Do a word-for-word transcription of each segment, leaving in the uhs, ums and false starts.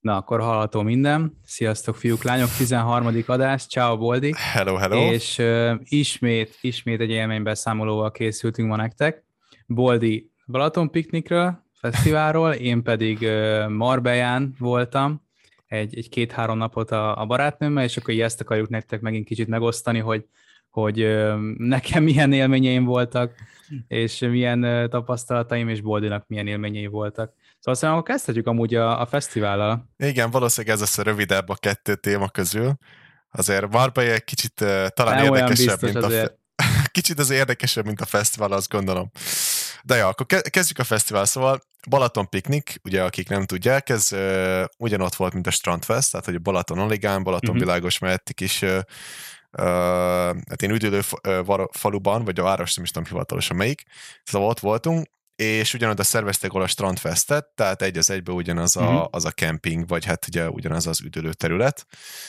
Na, akkor hallható minden. Sziasztok, fiúk, lányok, tizenharmadik adás, ciao Boldi, Hello, hello. és uh, ismét, ismét egy élménybeszámolóval készültünk ma nektek. Boldi Balaton piknikről, fesztiválról, én pedig uh, Marbellán voltam egy, egy két-három napot a, a barátnőmmel, és akkor így ezt akarjuk nektek megint kicsit megosztani, hogy, hogy uh, nekem milyen élményeim voltak, és milyen uh, tapasztalataim, és Boldinak milyen élményei voltak. Szóval szerintem akkor kezdhetjük amúgy a, a fesztivállal. Igen, valószínűleg ez lesz a rövidebb a kettő téma közül. Azért Marbella egy kicsit uh, talán Nem olyan érdekesebb, biztos mint a... azért. Fe... kicsit az érdekesebb, mint a fesztivál, azt gondolom. De ja, akkor kezdjük a fesztivál. Szóval Balaton piknik, ugye akik nem tudják, ez uh, ugyanott volt, mint a Strandfest, tehát hogy a Balaton Oligán, Balaton uh-huh. Világos melletti kis uh, uh, hát én üdülő uh, faluban, vagy a város, nem is tudom hivatalosan melyik, szóval ott voltunk, és ugyanoda szervezték a Strandfestet, tehát egy az egybe ugyanaz a, uh-huh. az a kemping, vagy hát ugye ugyanaz az üdülő terület.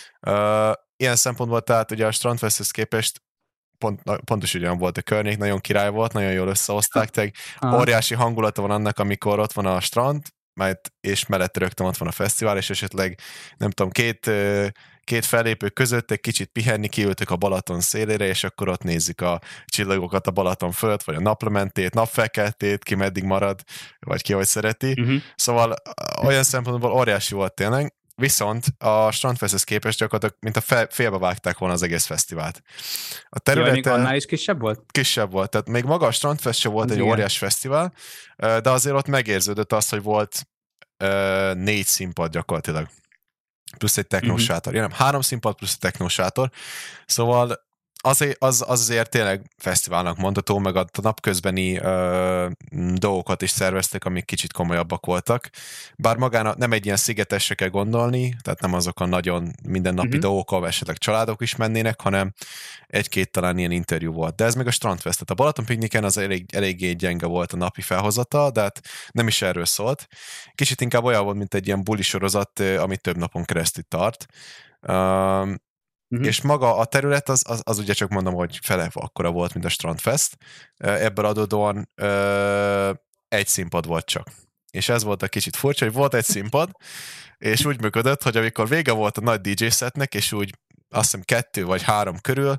Uh, ilyen szempontból, tehát ugye a Strandfesthez képest pont, pontos ugyan volt a környék, nagyon király volt, nagyon jól összehozták, tehát óriási hangulata van annak, amikor ott van a strand, mert, és mellett rögtön ott van a fesztivál, és esetleg nem tudom, két, két fellépő között egy kicsit pihenni, kiültök a Balaton szélére, és akkor ott nézzük a csillagokat a Balaton fölött, vagy a naplementét, napfelkeltét, ki meddig marad, vagy ki hogy szereti. Uh-huh. Szóval olyan szempontból óriási volt tényleg, viszont a Strandfesthez képest gyakorlatilag, mint a fe, félbe vágták volna az egész fesztivált. A területe... Jaj, még annál is kisebb volt? Kisebb volt, tehát még maga a Strandfest sem volt az egy igen. óriás fesztivál, de azért ott megérződött az, hogy volt uh, négy színpad gyakorlatilag, plusz egy technósátor. Uh-huh. Ja, nem, három színpad plusz egy technósátor, szóval az, az, az azért tényleg fesztiválnak mondható, meg a napközbeni ö, dolgokat is szerveztek, amik kicsit komolyabbak voltak. Bár magának nem egy ilyen szigetesre kell gondolni, tehát nem azok a nagyon mindennapi uh-huh. dolgok, ahol esetleg családok is mennének, hanem egy-két talán ilyen interjú volt. De ez meg a Strandfest, tehát a Balaton pikniken az elég, eléggé gyenge volt a napi felhozata, de hát nem is erről szólt. Kicsit inkább olyan volt, mint egy ilyen buli sorozat, ami több napon keresztül tart. Um, Uh-huh. És maga a terület, az, az, az ugye csak mondom, hogy fele akkora volt, mint a Strandfest. Ebből adódóan ö, egy színpad volt csak. És ez volt a kicsit furcsa, hogy volt egy színpad, és úgy működött, hogy amikor vége volt a nagy dé dzsé setnek, és úgy azt hiszem kettő vagy három körül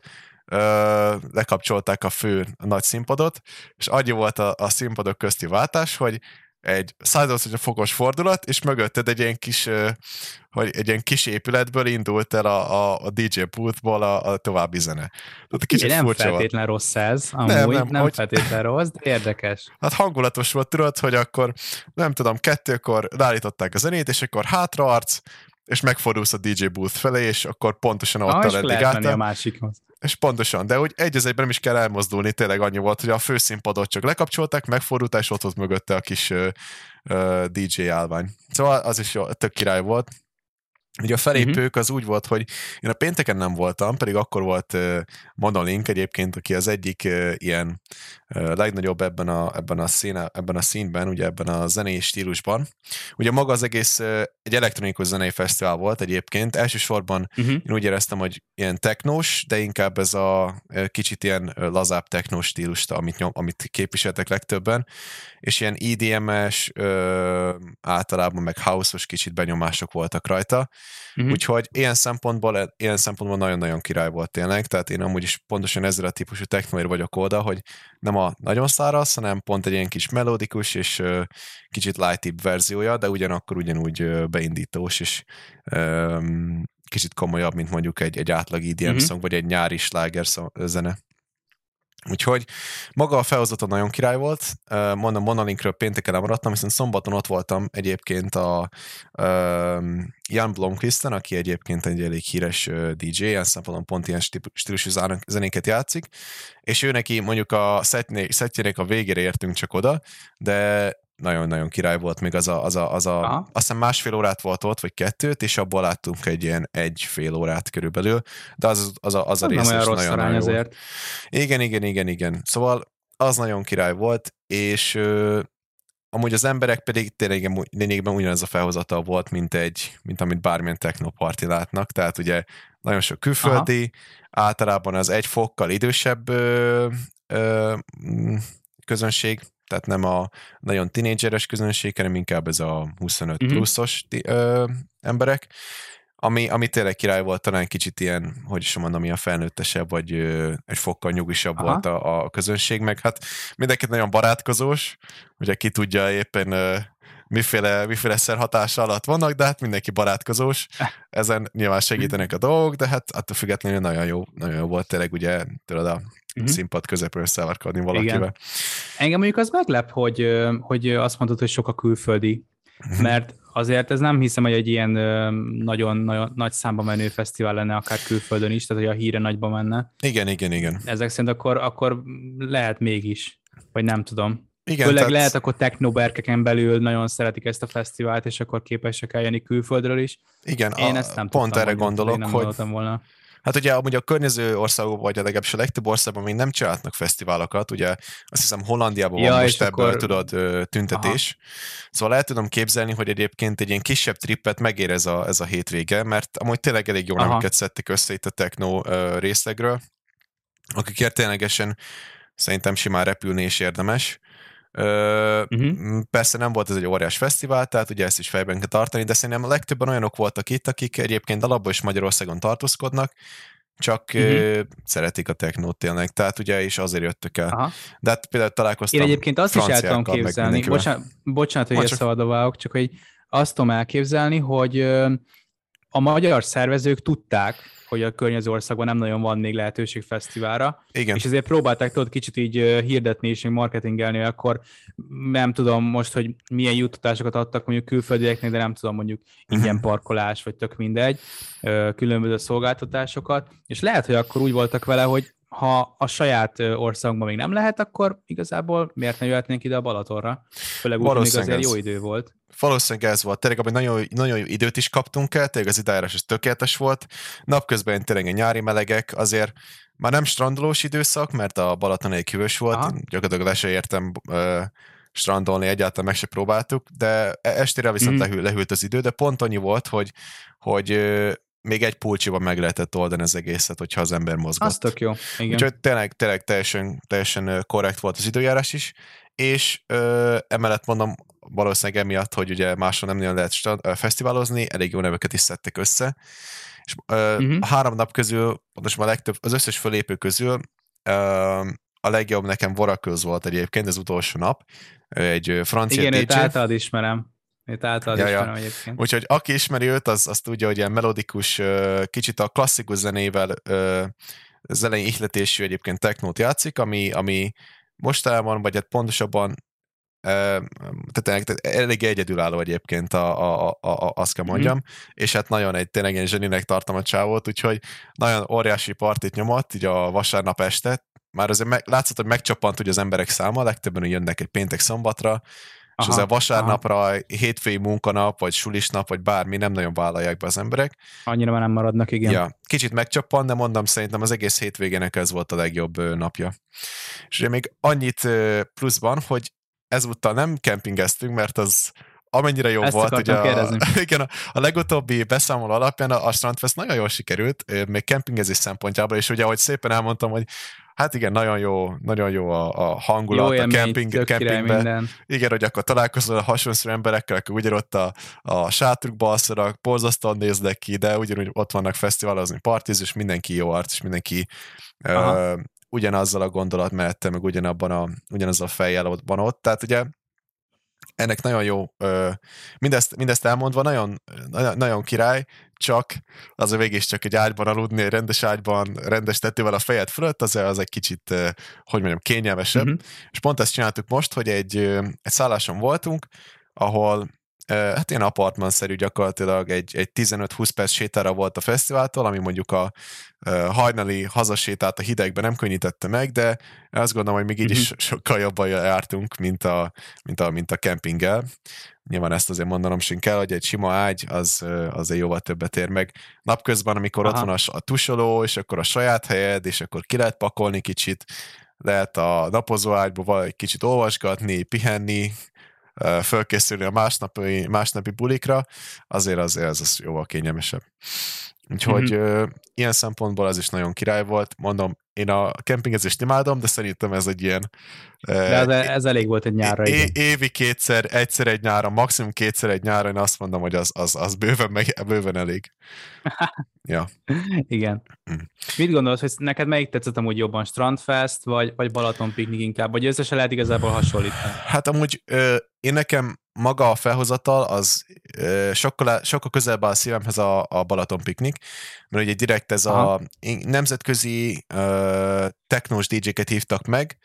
ö, lekapcsolták a fő a nagy színpadot, és annyi volt a, a színpadok közti váltás, hogy egy száznyolcvan fokos fordulat, és mögötted egy ilyen kis, hogy egy ilyen kis épületből indult el a, a, a dé dzsé pultból a, a további zene. Tehát kicsit nem furcsa feltétlen volt. rossz ez, amúgy nem, nem, nem, nem hogy... feltétlen rossz, de érdekes. Hát hangulatos volt, tudod, hogy akkor nem tudom, kettőkor leállították a zenét, és akkor hátraarc, és megfordulsz a dé dzsé booth felé, és akkor pontosan ott ah, a eddig álltál. A másikhoz. És pontosan, de úgy egy az egyben nem is kell elmozdulni, tényleg annyi volt, hogy a főszínpadot csak lekapcsolták, megfordultál, és ott volt mögötte a kis uh, uh, dé dzsé állvány. Szóval az is jó, tök király volt. Ugye a felépők az úgy volt, hogy én a pénteken nem voltam, pedig akkor volt uh, Monolink egyébként, aki az egyik uh, ilyen uh, legnagyobb ebben a, ebben, a színe, ebben a színben, ugye ebben a zenei stílusban. Ugye maga az egész uh, egy elektronikus zenei fesztivál volt egyébként. Elsősorban uh-huh. én úgy éreztem, hogy ilyen technós, de inkább ez a uh, kicsit ilyen uh, lazább technós stílust, amit, nyom, amit képviseltek legtöbben, és ilyen i dé em-es uh, általában meg house-os kicsit benyomások voltak rajta. Uh-huh. Úgyhogy ilyen szempontból, ilyen szempontból nagyon-nagyon király volt tényleg, tehát én amúgy is pontosan ezzel a típusú technóért vagyok oda, hogy nem a nagyon száraz, hanem pont egy ilyen kis melódikus és uh, kicsit lightibb verziója, de ugyanakkor ugyanúgy uh, beindítós és um, kicsit komolyabb, mint mondjuk egy, egy átlag i dé em uh-huh. song, vagy egy nyári sláger zene. Úgyhogy maga a felhozata nagyon király volt, mondom, Monolinkről pénteken lemaradtam, viszont szombaton ott voltam egyébként a um, Jan Blomqvisten, aki egyébként egy elég híres dé dzsé, ilyen szempontból pont ilyen stílusú zenéket játszik, és ő neki mondjuk a szettjének a végére értünk csak oda, de nagyon-nagyon király volt még az a, az a, az a azt hiszem másfél órát volt ott, vagy kettőt, és abból láttunk egy ilyen egy fél órát körülbelül, de az, az a, az a rész is nagyon-nagyon jó. Igen, igen, igen, igen. Szóval az nagyon király volt, és ö, amúgy az emberek pedig tényleg lényegben ugyanaz a felhozata volt, mint egy, mint amit bármilyen technoparti látnak, tehát ugye nagyon sok külföldi, aha. általában az egy fokkal idősebb ö, ö, közönség, tehát nem a nagyon tinédzseres közönség, hanem inkább ez a huszonöt Mhm. pluszos ö, emberek, ami, ami tényleg király volt, talán kicsit ilyen, hogy is mondom, ilyen felnőttesebb, vagy ö, egy fokkal nyugisabb Aha. volt a, a közönség, meg hát mindenki nagyon barátkozós, ugye ki tudja éppen ö, miféle, miféle szerhatás alatt vannak, de hát mindenki barátkozós, ezen nyilván segítenek a dolgok, de hát attól függetlenül nagyon jó, nagyon jó volt tényleg, ugye, tudod, a Mhm. színpad közepén összevarkodni valakivel. Igen. Engem mondjuk az meglep, hogy, ö, hogy azt mondtad, hogy sok a külföldi, mert azért ez nem hiszem, hogy egy ilyen nagyon-nagyon nagy számba menő fesztivál lenne akár külföldön is, tehát hogy a híre nagyba menne. Igen, igen, igen. Ezek szerint akkor, akkor lehet mégis, vagy nem tudom. Igen, Főleg tehát... lehet akkor technoberkeken belül nagyon szeretik ezt a fesztivált, és akkor képesek eljönni külföldről is. Igen, Én a, ezt nem pont tudtam, erre mondjuk, gondolok, én nem hogy gondoltam volna. hát ugye amúgy a környező országok, vagy a legalábbis a legtöbb országban még nem csinálnak fesztiválokat, ugye azt hiszem Hollandiában Ja, van és most ebből, akkor- tudod, ö, tüntetés. Aha. Szóval el tudom képzelni, hogy egyébként egy ilyen kisebb trippet megér ez a, ez a hétvége, mert amúgy tényleg elég jó Aha. nemiket szedtek össze itt a techno ö, részlegről, akikért ténylegesen szerintem simán repülni is érdemes. Ö, Uh-huh. Persze nem volt ez egy óriás fesztivál, tehát ugye ezt is fejben kell tartani, de szerintem a legtöbben olyanok voltak itt, akik egyébként alapból is Magyarországon tartózkodnak, csak Uh-huh. ö, szeretik a technót tényleg, tehát ugye is azért jöttek el. Aha. De hát például találkoztam Én egyébként azt is el tudom franciákkal, meg képzelni, mindenkivel. bocsánat, bocsánat, hogy Mondj ezt csak. szabadba vágok, csak hogy azt tudom elképzelni, hogy ö, a magyar szervezők tudták, hogy a környező országban nem nagyon van még lehetőség fesztiválra, Igen. és ezért próbálták tudod kicsit így ö, hirdetni és még marketingelni, akkor nem tudom most, hogy milyen juttatásokat adtak mondjuk külföldieknek, de nem tudom mondjuk ingyen parkolás, vagy tök mindegy, ö, különböző szolgáltatásokat, és lehet, hogy akkor úgy voltak vele, hogy ha a saját ö, országunkban még nem lehet, akkor igazából miért ne jöhetnénk ide a Balatonra? Főleg úgy, hogy még Valószínűleg azért ez. jó idő volt. Valószínűleg ez volt. Tényleg, hogy nagyon, nagyon jó időt is kaptunk el, tényleg az időjárás is tökéletes volt. Napközben tényleg a nyári melegek, azért már nem strandolós időszak, mert a Balaton elég hűvös volt, Aha. én gyakorlatilag le se értem ö, strandolni, egyáltalán meg se próbáltuk, de estére viszont Mhm. lehűl, lehűlt az idő, de pont annyi volt, hogy, hogy ö, még egy pulcsiban meg lehetett oldani az egészet, hogyha az ember mozgott. Az tök jó. Igen. Úgyhogy tényleg, tényleg teljesen, teljesen ö, korrekt volt az időjárás is, és ö, emellett mondom, valószínűleg emiatt, hogy ugye máshol nem nagyon lehet sta- ö, fesztiválozni, elég jó neveket is szedtek össze, és ö, Mhm. a három nap közül, most már a legtöbb, az összes fölépő közül ö, a legjobb nekem Voracles volt egyébként, az utolsó nap, Ő egy ö, francia Igen, dé őt dzsé. általad ismerem. Őt általad Ja, ja. ismerem egyébként. Úgyhogy aki ismeri őt, az, az tudja, hogy ilyen melodikus, ö, kicsit a klasszikus zenével ö, az elején ihletésű egyébként technót játszik, ami, ami mostában, vagy hát pontosabban ö, tehát, tehát elég egyedülálló egyébként, a, a, a, a, azt kell mondjam, mm-hmm. és hát nagyon egy tényleg egy zseninek tartom a csávót, úgyhogy nagyon óriási partit nyomott, így a vasárnap este, már azért meg, látszott, hogy megcsapant ugye az emberek száma, legtöbben úgy jönnek egy péntek-szombatra, és Aha, azért vasárnapra, hétfői munkanap, vagy sulisnap, vagy bármi, nem nagyon vállalják be az emberek. Annyira már nem maradnak, igen. Ja, kicsit megcsappan, de mondom, szerintem az egész hétvégének ez volt a legjobb ö, napja. És ugye még annyit ö, pluszban, hogy ezúttal nem kempingeztünk, mert az amennyire jó Ezt volt, ugye akartam a, kérdezni. igen, a, a legutóbbi beszámoló alapján a, a Strandfest nagyon jól sikerült, ö, még kempingezés szempontjából, és ugye ahogy szépen elmondtam, hogy hát igen, nagyon jó, nagyon jó a, a hangulat, Jó a élmény, kemping, tök király kempingben. minden. Igen, hogy akkor találkozol a hasonló emberekkel, akkor ugyan ott a, a sátrukba alszanak, borzasztóan néznek ki, de ugyanúgy ott vannak fesztiválozni, partiz, és mindenki jó arc, és mindenki ö, ugyanazzal a gondolatmenettel, meg ugyanabban a, ugyanazzal a fejjel ott van ott. Tehát ugye ennek nagyon jó, ö, mindezt, mindezt elmondva, nagyon, nagyon, nagyon király, csak az a végig csak egy ágyban aludni, egy rendes ágyban, rendes tetővel a fejed fölött, az, az egy kicsit, ö, hogy mondjam, kényelmesebb. Uh-huh. És pont ezt csináltuk most, hogy egy, ö, egy szálláson voltunk, ahol hát ilyen apartmanszerű gyakorlatilag egy, egy tizenöt-húsz perc sétára volt a fesztiváltól, ami mondjuk a hajnali hazasétát a hidegben nem könnyítette meg, de azt gondolom, hogy még így is sokkal jobban jártunk, mint a, mint a, mint a kempinggel. Nyilván ezt azért mondanom sem kell, hogy egy sima ágy az azért jóval többet ér meg. Napközben, amikor Aha. ott van a, a tusoló, és akkor a saját helyed, és akkor ki lehet pakolni kicsit, lehet a napozóágyba vagy kicsit olvasgatni, pihenni, fölkészülni a másnapi, másnapi bulikra, azért azért az, az jóval kényelmesebb. Úgyhogy mm-hmm. ilyen szempontból az is nagyon király volt. Mondom, én a kempingezést imádom, de szerintem ez egy ilyen... De az, ez elég volt egy nyárra, igen. Évi kétszer, egyszer egy nyáron, maximum kétszer egy nyáron, én azt mondom, hogy az, az, az bőven, meg, bőven elég. Ja. Igen. Mm. Mit gondolsz, hogy neked melyik tetszett amúgy jobban, Strandfest, vagy, vagy Balaton piknik inkább, vagy összesen lehet igazából hasonlítani? Hát amúgy ö, én nekem maga a felhozatal az ö, sokkal, sokkal közelebb a szívemhez a, a Balaton piknik, mert ugye direkt ez Aha. a nemzetközi ö, technós dé dzséket hívtak meg,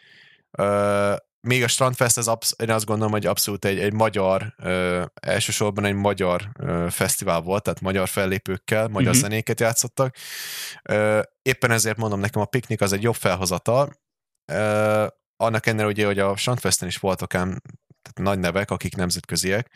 ö, még a Strandfest, az absz- én azt gondolom, hogy abszolút egy, egy magyar, ö, elsősorban egy magyar ö, fesztivál volt, tehát magyar fellépőkkel, magyar uh-huh. zenéket játszottak. Ö, éppen ezért mondom, nekem a piknik az egy jobb felhozatal. Ö, annak ennél ugye, hogy a Strandfesten is voltak ám nagy nevek, akik nemzetköziek.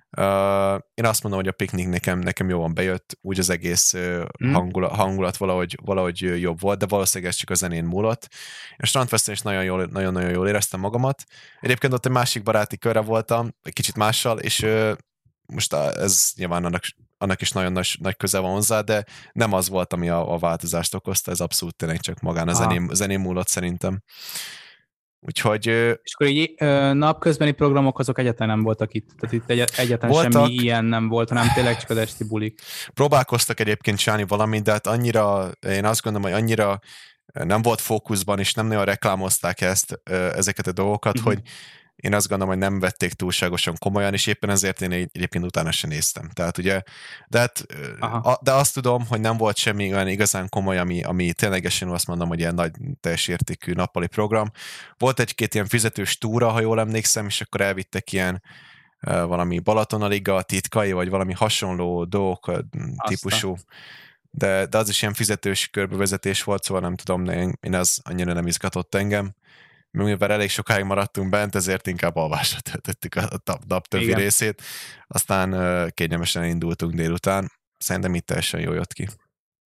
Uh, én azt mondom, hogy a piknik nekem, nekem jobban bejött, úgy az egész uh, mm. hangulat, hangulat valahogy, valahogy jobb volt, de valószínűleg ez csak a zenén múlott. A Strandfesten is nagyon-nagyon jól éreztem magamat. Egyébként ott egy másik baráti körre voltam, egy kicsit mással, és uh, most ez nyilván annak, annak is nagyon nagy, nagy köze van hozzá, de nem az volt, ami a, a változást okozta, ez abszolút tényleg csak magán a zenén, zenén múlott szerintem. Úgyhogy... És akkor így napközbeni programok azok egyáltalán nem voltak itt? Tehát itt egy, egyáltalán voltak, semmi ilyen nem volt, hanem tényleg csak az esti bulik. Próbálkoztak egyébként csinálni valamit, de hát annyira, én azt gondolom, hogy annyira nem volt fókuszban, és nem nagyon reklámozták ezt, ezeket a dolgokat, uh-huh. hogy én azt gondolom, hogy nem vették túlságosan komolyan, és éppen ezért én egyébként utána sem néztem. Tehát ugye, de, hát, a, de azt tudom, hogy nem volt semmi olyan igazán komoly, ami, ami ténylegesen azt mondom, hogy ilyen nagy teljes értékű nappali program. Volt egy-két ilyen fizetős túra, ha jól emlékszem, és akkor elvittek ilyen uh, valami Balatonaliga titkai, vagy valami hasonló dolgok típusú. De, de az is ilyen fizetős körbevezetés volt, szóval nem tudom, én, én az annyira nem izgatott engem. Mivel elég sokáig maradtunk bent, ezért inkább alvásra töltöttük a nap többi Igen. részét. Aztán uh, kényelmesen indultunk délután. Szerintem itt teljesen jól jött ki.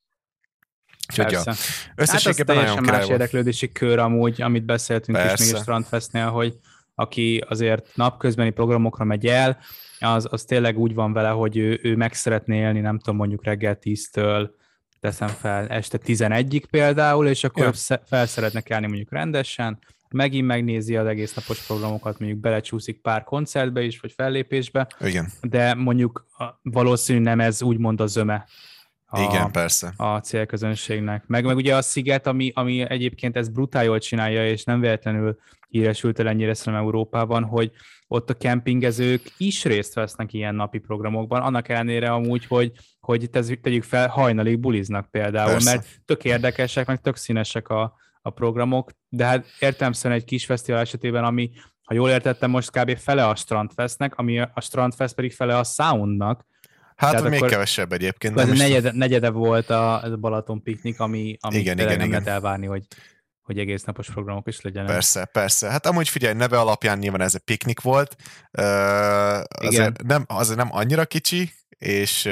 Úgyhogy ja, összességében hát nagyon más érdeklődési kör amúgy, amit beszéltünk Persze. is még a Strandfestnél, hogy aki azért napközbeni programokra megy el, az, az tényleg úgy van vele, hogy ő, ő meg szeretné élni, nem tudom, mondjuk reggel tíztől teszem fel este tizenegyig például, és akkor ja. fel szeretne kelni mondjuk rendesen, megint megnézi az egész napos programokat, mondjuk belecsúszik pár koncertbe is, vagy fellépésbe, Igen. de mondjuk valószínű nem ez úgymond a zöme a, Igen, persze. a célközönségnek. Meg, meg ugye a Sziget, ami, ami egyébként ezt brutál jól csinálja, és nem véletlenül híresült el ennyire szerintem Európában, hogy ott a kempingezők is részt vesznek ilyen napi programokban, annak ellenére amúgy, hogy, hogy tegyük fel, hajnalig buliznak például, persze. mert tök érdekesek, meg tök színesek a, a programok, de hát értelemszerűen egy kis fesztivál esetében, ami, ha jól értettem, most kb. Fele a Strandfestnek, ami a Strandfest pedig fele a Soundnak. Hát, hogy még kevesebb egyébként. Ez a negyede, negyede volt a, a Balaton piknik, ami, ami igen, igen, nem igen. lehet elvárni, hogy, hogy egész napos programok is legyenek. Persze, persze. Hát amúgy figyelj, neve alapján nyilván ez egy piknik volt. Uh, azért, nem, azért nem annyira kicsi, és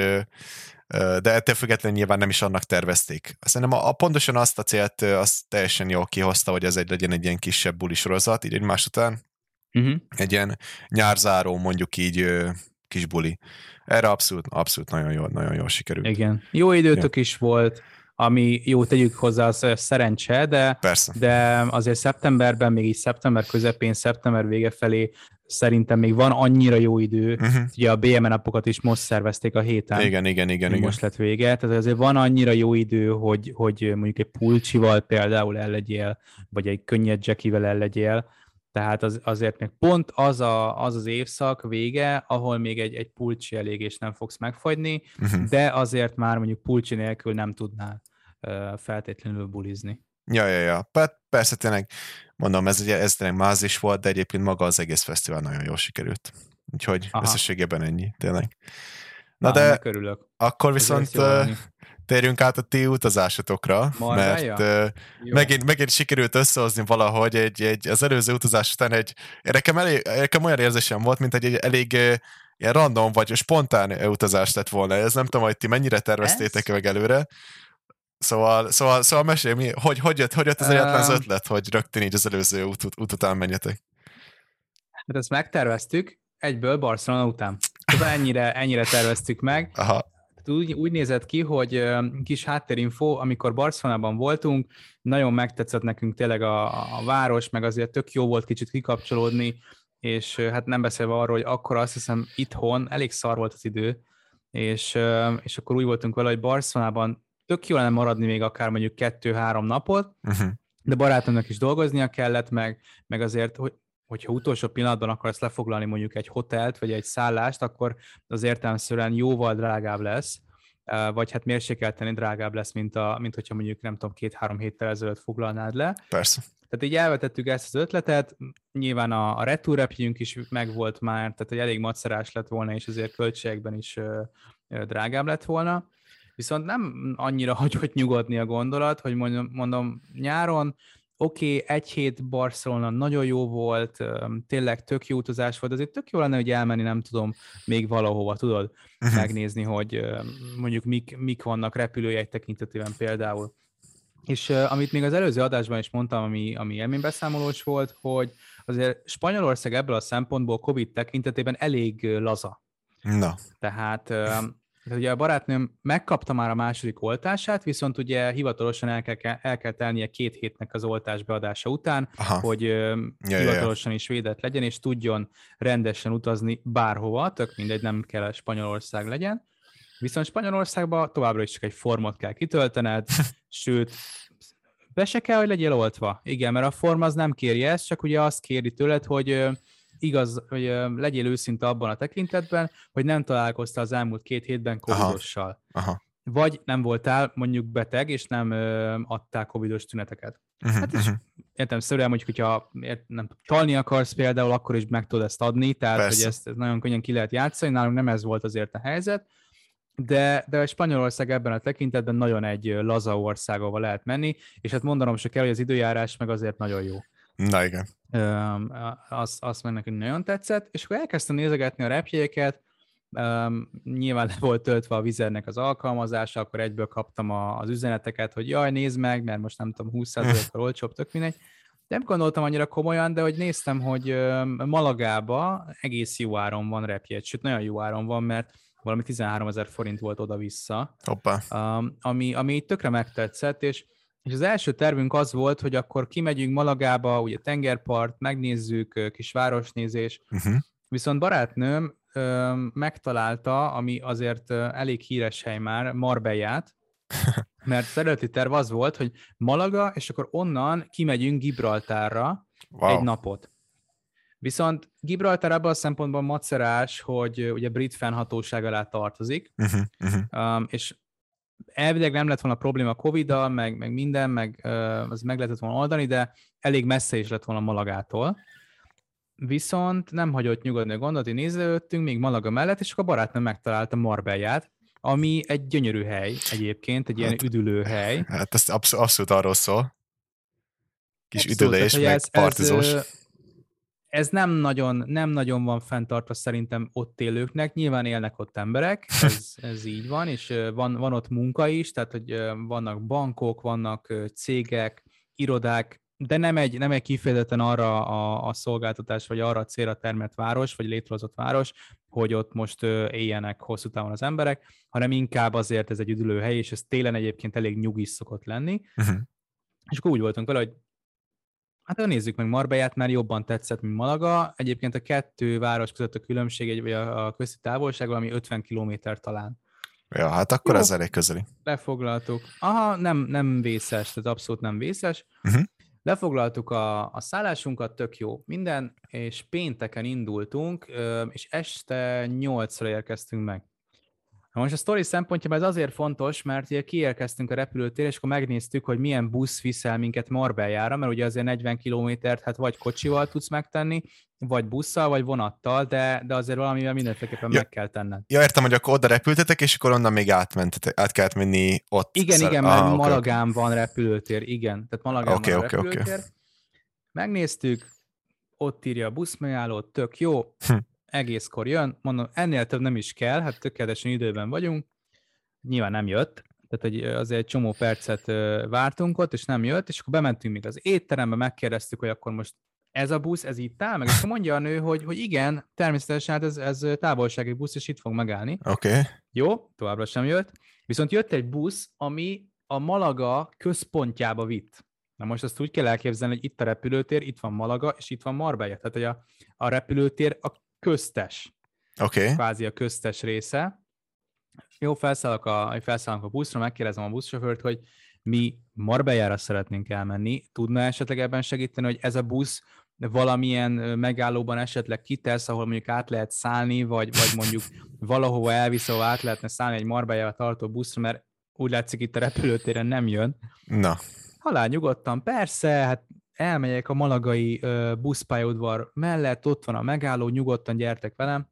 de ettől függetlenül nyilván nem is annak tervezték. Szerintem a, a pontosan azt a célt, azt teljesen jól kihozta, hogy ez egy, legyen egy ilyen kisebb bulisorozat, így egymás után. Uh-huh. Egy ilyen nyárzáró, mondjuk így kis buli. Erre abszolút, abszolút nagyon jól, nagyon jól sikerült. Igen. Jó időtök ja. is volt, ami jó, tegyük hozzá, az szerencse, de, de azért szeptemberben, még így szeptember közepén, szeptember vége felé szerintem még van annyira jó idő, uh-huh. ugye a bé em en napokat is most szervezték a héten. Igen, igen, igen. igen. Most lett vége, tehát azért van annyira jó idő, hogy, hogy mondjuk egy pulcsival például ellegyél, vagy egy könnyed jackivel ellegyél, tehát az, azért még pont az, a, az az évszak vége, ahol még egy, egy pulcsi elég, és nem fogsz megfagyni, uh-huh. de azért már mondjuk pulcsi nélkül nem tudnál uh, feltétlenül bulizni. Ja, ja, ja. Persze tényleg, mondom, ez, ez tényleg máz is volt, de egyébként maga az egész fesztivál nagyon jól sikerült. Úgyhogy Aha. összességében ennyi, tényleg. Na, Na de örülök. akkor viszont térjünk át a ti utazásotokra, Margája? mert uh, megint, megint sikerült összehozni valahogy egy, egy, az előző utazás után egy, nekem, elég, nekem olyan érzésem volt, mint egy, egy elég ilyen random vagy spontán utazás lett volna. Ez nem tudom, hogy ti mennyire terveztétek ez? meg előre. Szóval, szóval, szóval mesélj, mi, hogy, hogy jött, hogy jött az egyetlen az ötlet, hogy rögtön így az előző út, út után menjetek? Hát ezt megterveztük egyből Barcelona után. Tehát ennyire, ennyire terveztük meg. Aha. Úgy, úgy nézett ki, hogy kis háttérinfo, amikor Barcelonában voltunk, nagyon megtetszett nekünk tényleg a, a város, meg azért tök jó volt kicsit kikapcsolódni, és hát nem beszélve arról, hogy akkor azt hiszem itthon elég szar volt az idő, és, és akkor úgy voltunk vele, hogy Barcelonában tök jó lenne maradni még akár mondjuk kettő-három napot, uh-huh. de barátomnak is dolgoznia kellett, meg, meg azért, hogy hogyha utolsó pillanatban akarsz lefoglalni mondjuk egy hotelt, vagy egy szállást, akkor az értelemszerűen jóval drágább lesz, vagy hát mérsékelteni drágább lesz, mint, a, mint hogyha mondjuk nem tudom, két-három héttel ezelőtt foglalnád le. Persze. Tehát így elvetettük ezt az ötletet, nyilván a, a retúrrepjünk is megvolt már, tehát hogy elég macerás lett volna, és azért költségekben is ö, ö, drágább lett volna. Viszont nem annyira hagyott nyugodni a gondolat, hogy mondom, mondom nyáron oké, okay, egy hét Barcelona nagyon jó volt, tényleg tök jó utazás volt, azért tök jó lenne, hogy elmenni, nem tudom, még valahova, tudod, uh-huh. megnézni, hogy mondjuk mik, mik vannak repülőjegy tekintetében például. És uh, amit még az előző adásban is mondtam, ami, ami élménybeszámolós volt, hogy azért Spanyolország ebből a szempontból Covid tekintetében elég uh, laza. Na. Tehát uh, ugye a barátnőm megkapta már a második oltását, viszont ugye hivatalosan el kell, el kell telnie két hétnek az oltás beadása után, Aha. hogy uh, ja, hivatalosan ja. is védett legyen, és tudjon rendesen utazni bárhova, tök mindegy, nem kell Spanyolország legyen. Viszont Spanyolországban továbbra is csak egy formot kell kitöltened, sőt, be se kell, hogy legyél oltva. Igen, mert a form az nem kéri ezt, csak ugye azt kéri tőled, hogy igaz, hogy legyél őszinte abban a tekintetben, hogy nem találkoztál az elmúlt két hétben covidossal. Aha. Aha. Vagy nem voltál mondjuk beteg, és nem ö, adtál covidos tüneteket. Uh-huh, hát és uh-huh. értem szerűen, mondjuk, hogyha nem, csalni akarsz például, akkor is meg tudod ezt adni, tehát Persze. hogy ezt, ezt nagyon könnyen ki lehet játszani, nálunk nem ez volt azért a helyzet, de, de Spanyolország ebben a tekintetben nagyon egy laza ország, ahol lehet menni, és hát mondanom se kell, hogy az időjárás meg azért nagyon jó. Na igen. Um, az, azt meg nekünk nagyon tetszett, és akkor elkezdtem nézegetni a repjegyeket, um, nyilván le volt töltve a Wizzairnek az alkalmazása, akkor egyből kaptam a, az üzeneteket, hogy jaj, nézd meg, mert most nem tudom, húsz százalékkal olcsóbb, tök mindegy. Nem gondoltam annyira komolyan, de hogy néztem, hogy Malagába egész jó áron van repjegy, sőt nagyon jó áron van, mert valami tizenháromezer forint volt oda-vissza, um, ami, ami tökre megtetszett, és, és az első tervünk az volt, hogy akkor kimegyünk Malagába, ugye tengerpart, megnézzük, kis városnézés, uh-huh. viszont barátnőm um, megtalálta, ami azért uh, elég híres hely már, Marbellát, mert az eredeti terv az volt, hogy Malaga, és akkor onnan kimegyünk Gibraltárra wow. egy napot. Viszont Gibraltár abban a szempontból macerás, hogy ugye brit fennhatóság alá tartozik, uh-huh, uh-huh. Um, és elvileg nem lett volna probléma Covid-dal, meg, meg minden, meg uh, az meg lehetett volna oldani, de elég messze is lett volna Malagától. Viszont nem hagyott nyugodni a gondot, hogy nézelődtünk még Malaga mellett, és akkor a barátnőm megtalálta Marbellát, ami egy gyönyörű hely egyébként, egy ilyen hát, üdülő hely. Hát ez absz- abszolút arról szól. Kis abszolút, üdülés, meg ez, partizós. Ez, ez nem nagyon, nem nagyon van fenntartva szerintem ott élőknek, nyilván élnek ott emberek, ez, ez így van, és van, van ott munka is, tehát hogy vannak bankok, vannak cégek, irodák, de nem egy, nem egy kifejezetten arra a, a szolgáltatás, vagy arra a célra termelt város, vagy létrehozott város, hogy ott most éljenek hosszú távon az emberek, hanem inkább azért ez egy üdülőhely, és ez télen egyébként elég nyugis szokott lenni. Uh-huh. És akkor úgy voltunk vele, hogy hát nézzük meg Marbellát, már jobban tetszett, mint Malaga. Egyébként a kettő város között a különbség, vagy a közti távolság valami ötven kilométer talán. Ja, hát akkor jó, ez elég közeli. Lefoglaltuk. Aha, nem, nem vészes, tehát abszolút nem vészes. Uh-huh. Lefoglaltuk a, a szállásunkat, tök jó minden, és pénteken indultunk, és este nyolcra érkeztünk meg. Most a sztori szempontjában ez azért fontos, mert ugye kiérkeztünk a repülőtérre, és akkor megnéztük, hogy milyen busz viszel minket Marbellára, mert ugye azért negyven kilométert hát vagy kocsival tudsz megtenni, vagy busszal, vagy vonattal, de, de azért valamivel mindenféleképpen ja, meg kell tenned. Ja, értem, hogy akkor oda repültetek, és akkor onnan még átmentetek, át kellett menni ott. Igen, szer... igen, mert ah, Malagán okay. van repülőtér, igen. Tehát Malagán okay, van okay, a repülőtér. Okay. Megnéztük, ott írja a buszmegálló, tök jó. Hm. Egészkor jön, mondom, ennél több nem is kell, hát tökéletesen időben vagyunk, nyilván nem jött, tehát egy, azért egy csomó percet vártunk ott, és nem jött, és akkor bementünk még az étterembe, megkérdeztük, hogy akkor most ez a busz, ez itt áll, meg és akkor mondja a nő, hogy, hogy igen, természetesen hát ez, ez távolsági busz, és itt fog megállni. Oké. Okay. Jó, továbbra sem jött. Viszont jött egy busz, ami a Malaga központjába vitt. Na most azt úgy kell elképzelni, hogy itt a repülőtér, itt van Malaga, és itt van Marbella. Tehát, hogy a, a repülőtér a köztes. Oké. Okay. Kvázi a köztes része. Jó, felszállok a, felszállok a buszra, megkérdezem a buszsofőrt, hogy mi Marbellára szeretnénk elmenni. Tudna esetleg ebben segíteni, hogy ez a busz valamilyen megállóban esetleg kitesz, ahol mondjuk át lehet szállni, vagy, vagy mondjuk valahova elvisz, ahol át lehetne szállni egy Marbellára tartó buszra, mert úgy látszik itt a repülőtéren nem jön. Na. Halál nyugodtan, persze, hát elmegyek a malagai uh, buszpályaudvar mellett, ott van a megálló, nyugodtan gyertek velem.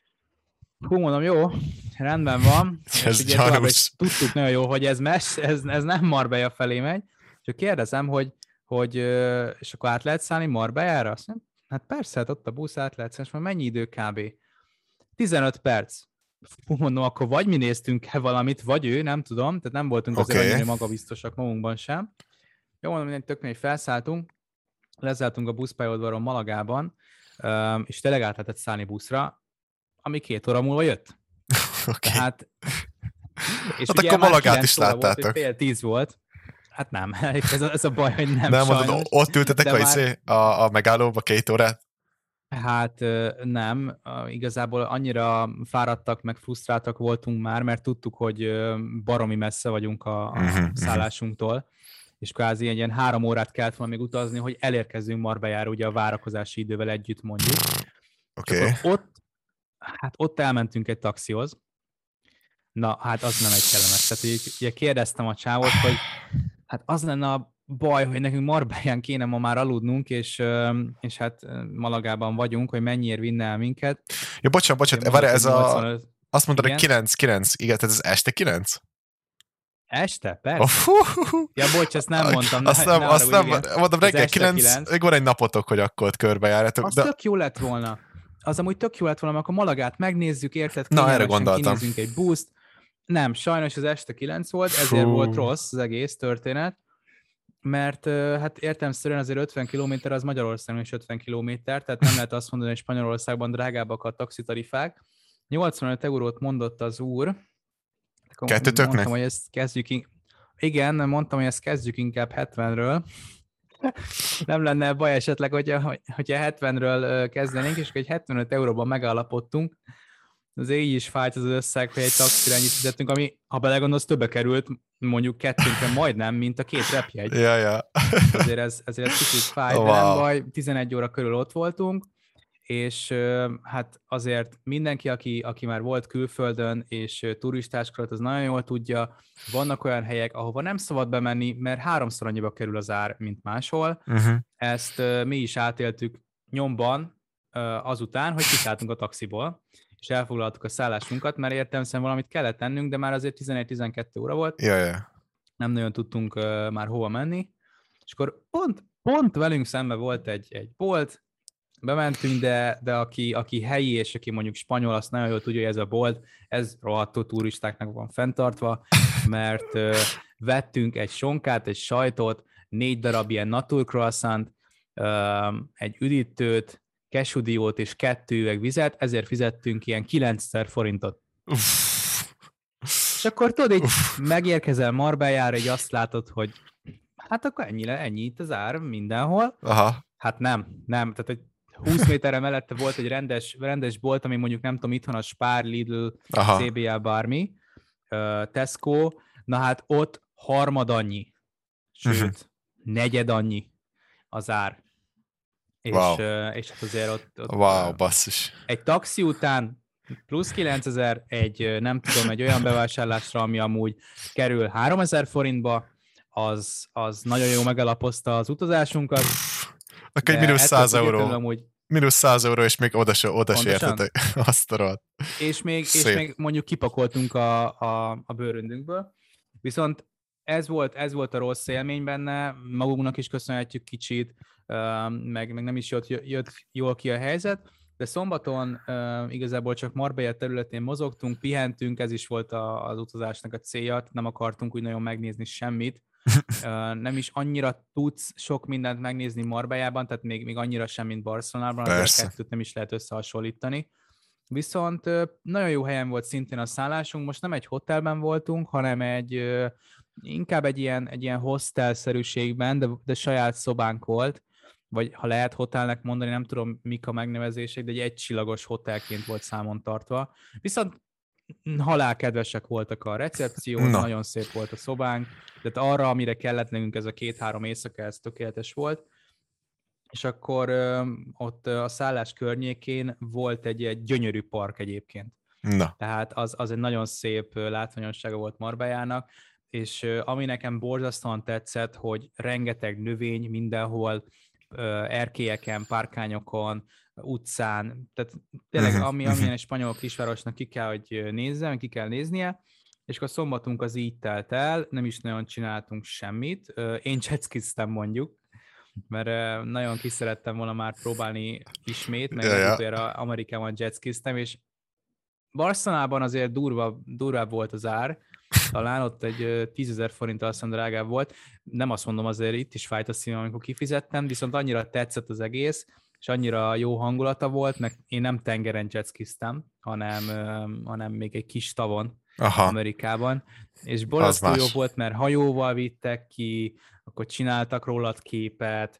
Hú, mondom, jó, rendben van. Ez és ugye is tudtuk nagyon jó, hogy ez mes, ez, ez nem Marbella felé megy. Csak kérdezem, hogy, hogy és akkor át lehet szállni Marbellára? Azt mondja, hát persze, hát ott a busz át lehet szállni, és már mennyi idő kb? tizenöt perc. Hú, mondom, akkor vagy mi néztünk-e valamit, vagy ő, nem tudom, tehát nem voltunk okay. azért annyira magabiztosak magunkban sem. Jó, mondom, hogy tök hogy felszálltunk, leszálltunk a buszpályaudvaron Malagában, és tényleg át lehetett szállni buszra, ami két óra múlva jött. Okay. Tehát, és hát akkor Malagát is láttátok. Volt, fél tíz volt. Hát nem, ez a, ez a baj, hogy nem, nem sajnos. Mondod, ott ültetek a, már... a, a megállóba két órát? Hát nem, igazából annyira fáradtak, meg frusztráltak voltunk már, mert tudtuk, hogy baromi messze vagyunk a, a uh-huh, szállásunktól, és kvázi egy ilyen három órát kellett volna még utazni, hogy elérkezzünk Marbellára, ugye a várakozási idővel együtt mondjuk. Oké. Okay. Ott, hát ott elmentünk egy taxihoz. Na, hát az nem egy kellemes. Tehát ugye, ugye kérdeztem a csávot, hogy hát az lenne a baj, hogy nekünk Marbellán kéne ma már aludnunk, és, és hát Malagában vagyunk, hogy mennyiért vinne el minket. Ja, bocsánat, bocsánat, várj, ez a... Azt mondtad, hogy kilenc kilenc, igen, tehát ez este kilenc? Este? Persze. Oh, ja, bocs, ezt nem mondtam. Azt nem, ne azt nem mondom, reggel kilenc, még van egy napotok, hogy akkor ott körbejárjátok. Az de... tök jó lett volna. Az amúgy tök jó lett volna, akkor Malagát megnézzük, érted? Na, erre gondoltam. Kinézzünk egy buszt. Nem, sajnos az este kilenc volt, ezért Fú. volt rossz az egész történet, mert hát értelemszerűen azért ötven kilométer az Magyarországon is ötven kilométer, tehát nem lehet azt mondani, hogy Spanyolországban drágábbak a taxitarifák. nyolcvanöt eurót mondott az úr. Kettőtöknek? Mondtam, hogy ezt kezdjük in... Igen, mondtam, hogy ezt kezdjük inkább hetvenről. Nem lenne baj esetleg, hogyha, hogyha hetvenről kezdenénk, és hogy hetvenöt euróban megállapodtunk. Azért így is fájt az összeg, hogy egy taxira ennyit fizettünk, ami, ha belegondolsz, többe került mondjuk kettőnkre majdnem, mint a két repjegy. Ja, ja. Azért ez, ezért ez kicsit fájt, wow. de nem baj, tizenegy óra körül ott voltunk, és hát azért mindenki, aki, aki már volt külföldön, és turistáskorát, az nagyon jól tudja, vannak olyan helyek, ahova nem szabad bemenni, mert háromszor annyiba kerül az ár, mint máshol. Uh-huh. Ezt mi is átéltük nyomban azután, hogy kiszálltunk a taxiból, és elfoglaltuk a szállásunkat, mert értelemszerűen valamit kellett tennünk, de már azért tizenegy-tizenkettő óra volt. Ja, ja. Nem nagyon tudtunk uh, már hova menni. És akkor pont, pont velünk szemben volt egy, egy bolt, bementünk, de, de aki, aki helyi, és aki mondjuk spanyol, azt nagyon jól tudja, hogy ez a bolt, ez rohadtó turistáknak van fenntartva, mert uh, vettünk egy sonkát, egy sajtot, négy darab ilyen naturcroissant, uh, egy üdítőt, kesudiót és kettő üveg vizet, ezért fizettünk ilyen kilencszer forintot. Uff. És akkor tudod, így Uff. megérkezel Marbellára, így azt látod, hogy hát akkor ennyi, ennyi itt az ár mindenhol. Aha. Hát nem, nem. Tehát egy húsz méterre mellette volt egy rendes, rendes bolt, ami mondjuk nem tudom, itthon a Spar, Lidl, Aha. cé bé á, bármi, uh, Tesco, na hát ott harmad annyi, sőt, uh-huh. negyed annyi az ár. És, wow. uh, és hát azért ott, ott wow, uh, basszus. Egy taxi után plusz kilencezer, egy nem tudom, egy olyan bevásárlásra, ami amúgy kerül háromezer forintba, az, az nagyon jó megalapozta az utazásunkat. Akkor egy mínusz száz euró. Amúgy... Mínusz száz euró, és még oda se, oda se értetek azt a rohadt. És még, és még mondjuk kipakoltunk a, a, a bőröndünkből. Viszont ez volt, ez volt a rossz élmény benne, magunknak is köszönhetjük kicsit, meg, meg nem is jött, jött jól ki a helyzet, de szombaton uh, igazából csak Marbella területén mozogtunk, pihentünk, ez is volt a, az utazásnak a célja, nem akartunk úgy nagyon megnézni semmit. Uh, nem is annyira tudsz sok mindent megnézni Marbellában, tehát még, még annyira sem, mint Barcelonában, azért a kettőt nem is lehet összehasonlítani. Viszont nagyon jó helyen volt szintén a szállásunk, most nem egy hotelben voltunk, hanem egy inkább egy ilyen, egy ilyen hostelszerűségben, de, de saját szobánk volt, vagy ha lehet hotelnek mondani, nem tudom mik a megnevezések, de egy egycsillagos hotelként volt számon tartva. Viszont halálkedvesek voltak a recepción, Na. nagyon szép volt a szobánk, tehát arra, amire kellett nekünk ez a két-három éjszaka, ez tökéletes volt. És akkor ö, ott a szállás környékén volt egy, egy gyönyörű park egyébként. Na. Tehát az, az egy nagyon szép látványossága volt Marbellának, és ö, ami nekem borzasztóan tetszett, hogy rengeteg növény mindenhol, ö, erkélyeken, párkányokon, utcán, tehát tényleg uh-huh, ami, uh-huh. amilyen egy spanyol kisvárosnak ki kell, hogy nézzem, ki kell néznie, és akkor szombatunk az így telt el, nem is nagyon csináltunk semmit. Én jetskiztem mondjuk, mert nagyon ki szerettem volna már próbálni ismét, meg ja, ja. Amerikában jetskiztem, és Barcelonában azért durva, durvább volt az ár, talán ott egy tízezer forinttal azt hiszem drágább volt. Nem azt mondom, azért itt is fájt a szívem, amikor kifizettem, viszont annyira tetszett az egész, és annyira jó hangulata volt, meg én nem tengeren jetskiztem, hanem, hanem még egy kis tavon, aha. Amerikában, és borzasztó jó volt, mert hajóval vittek ki, akkor csináltak rólad képet,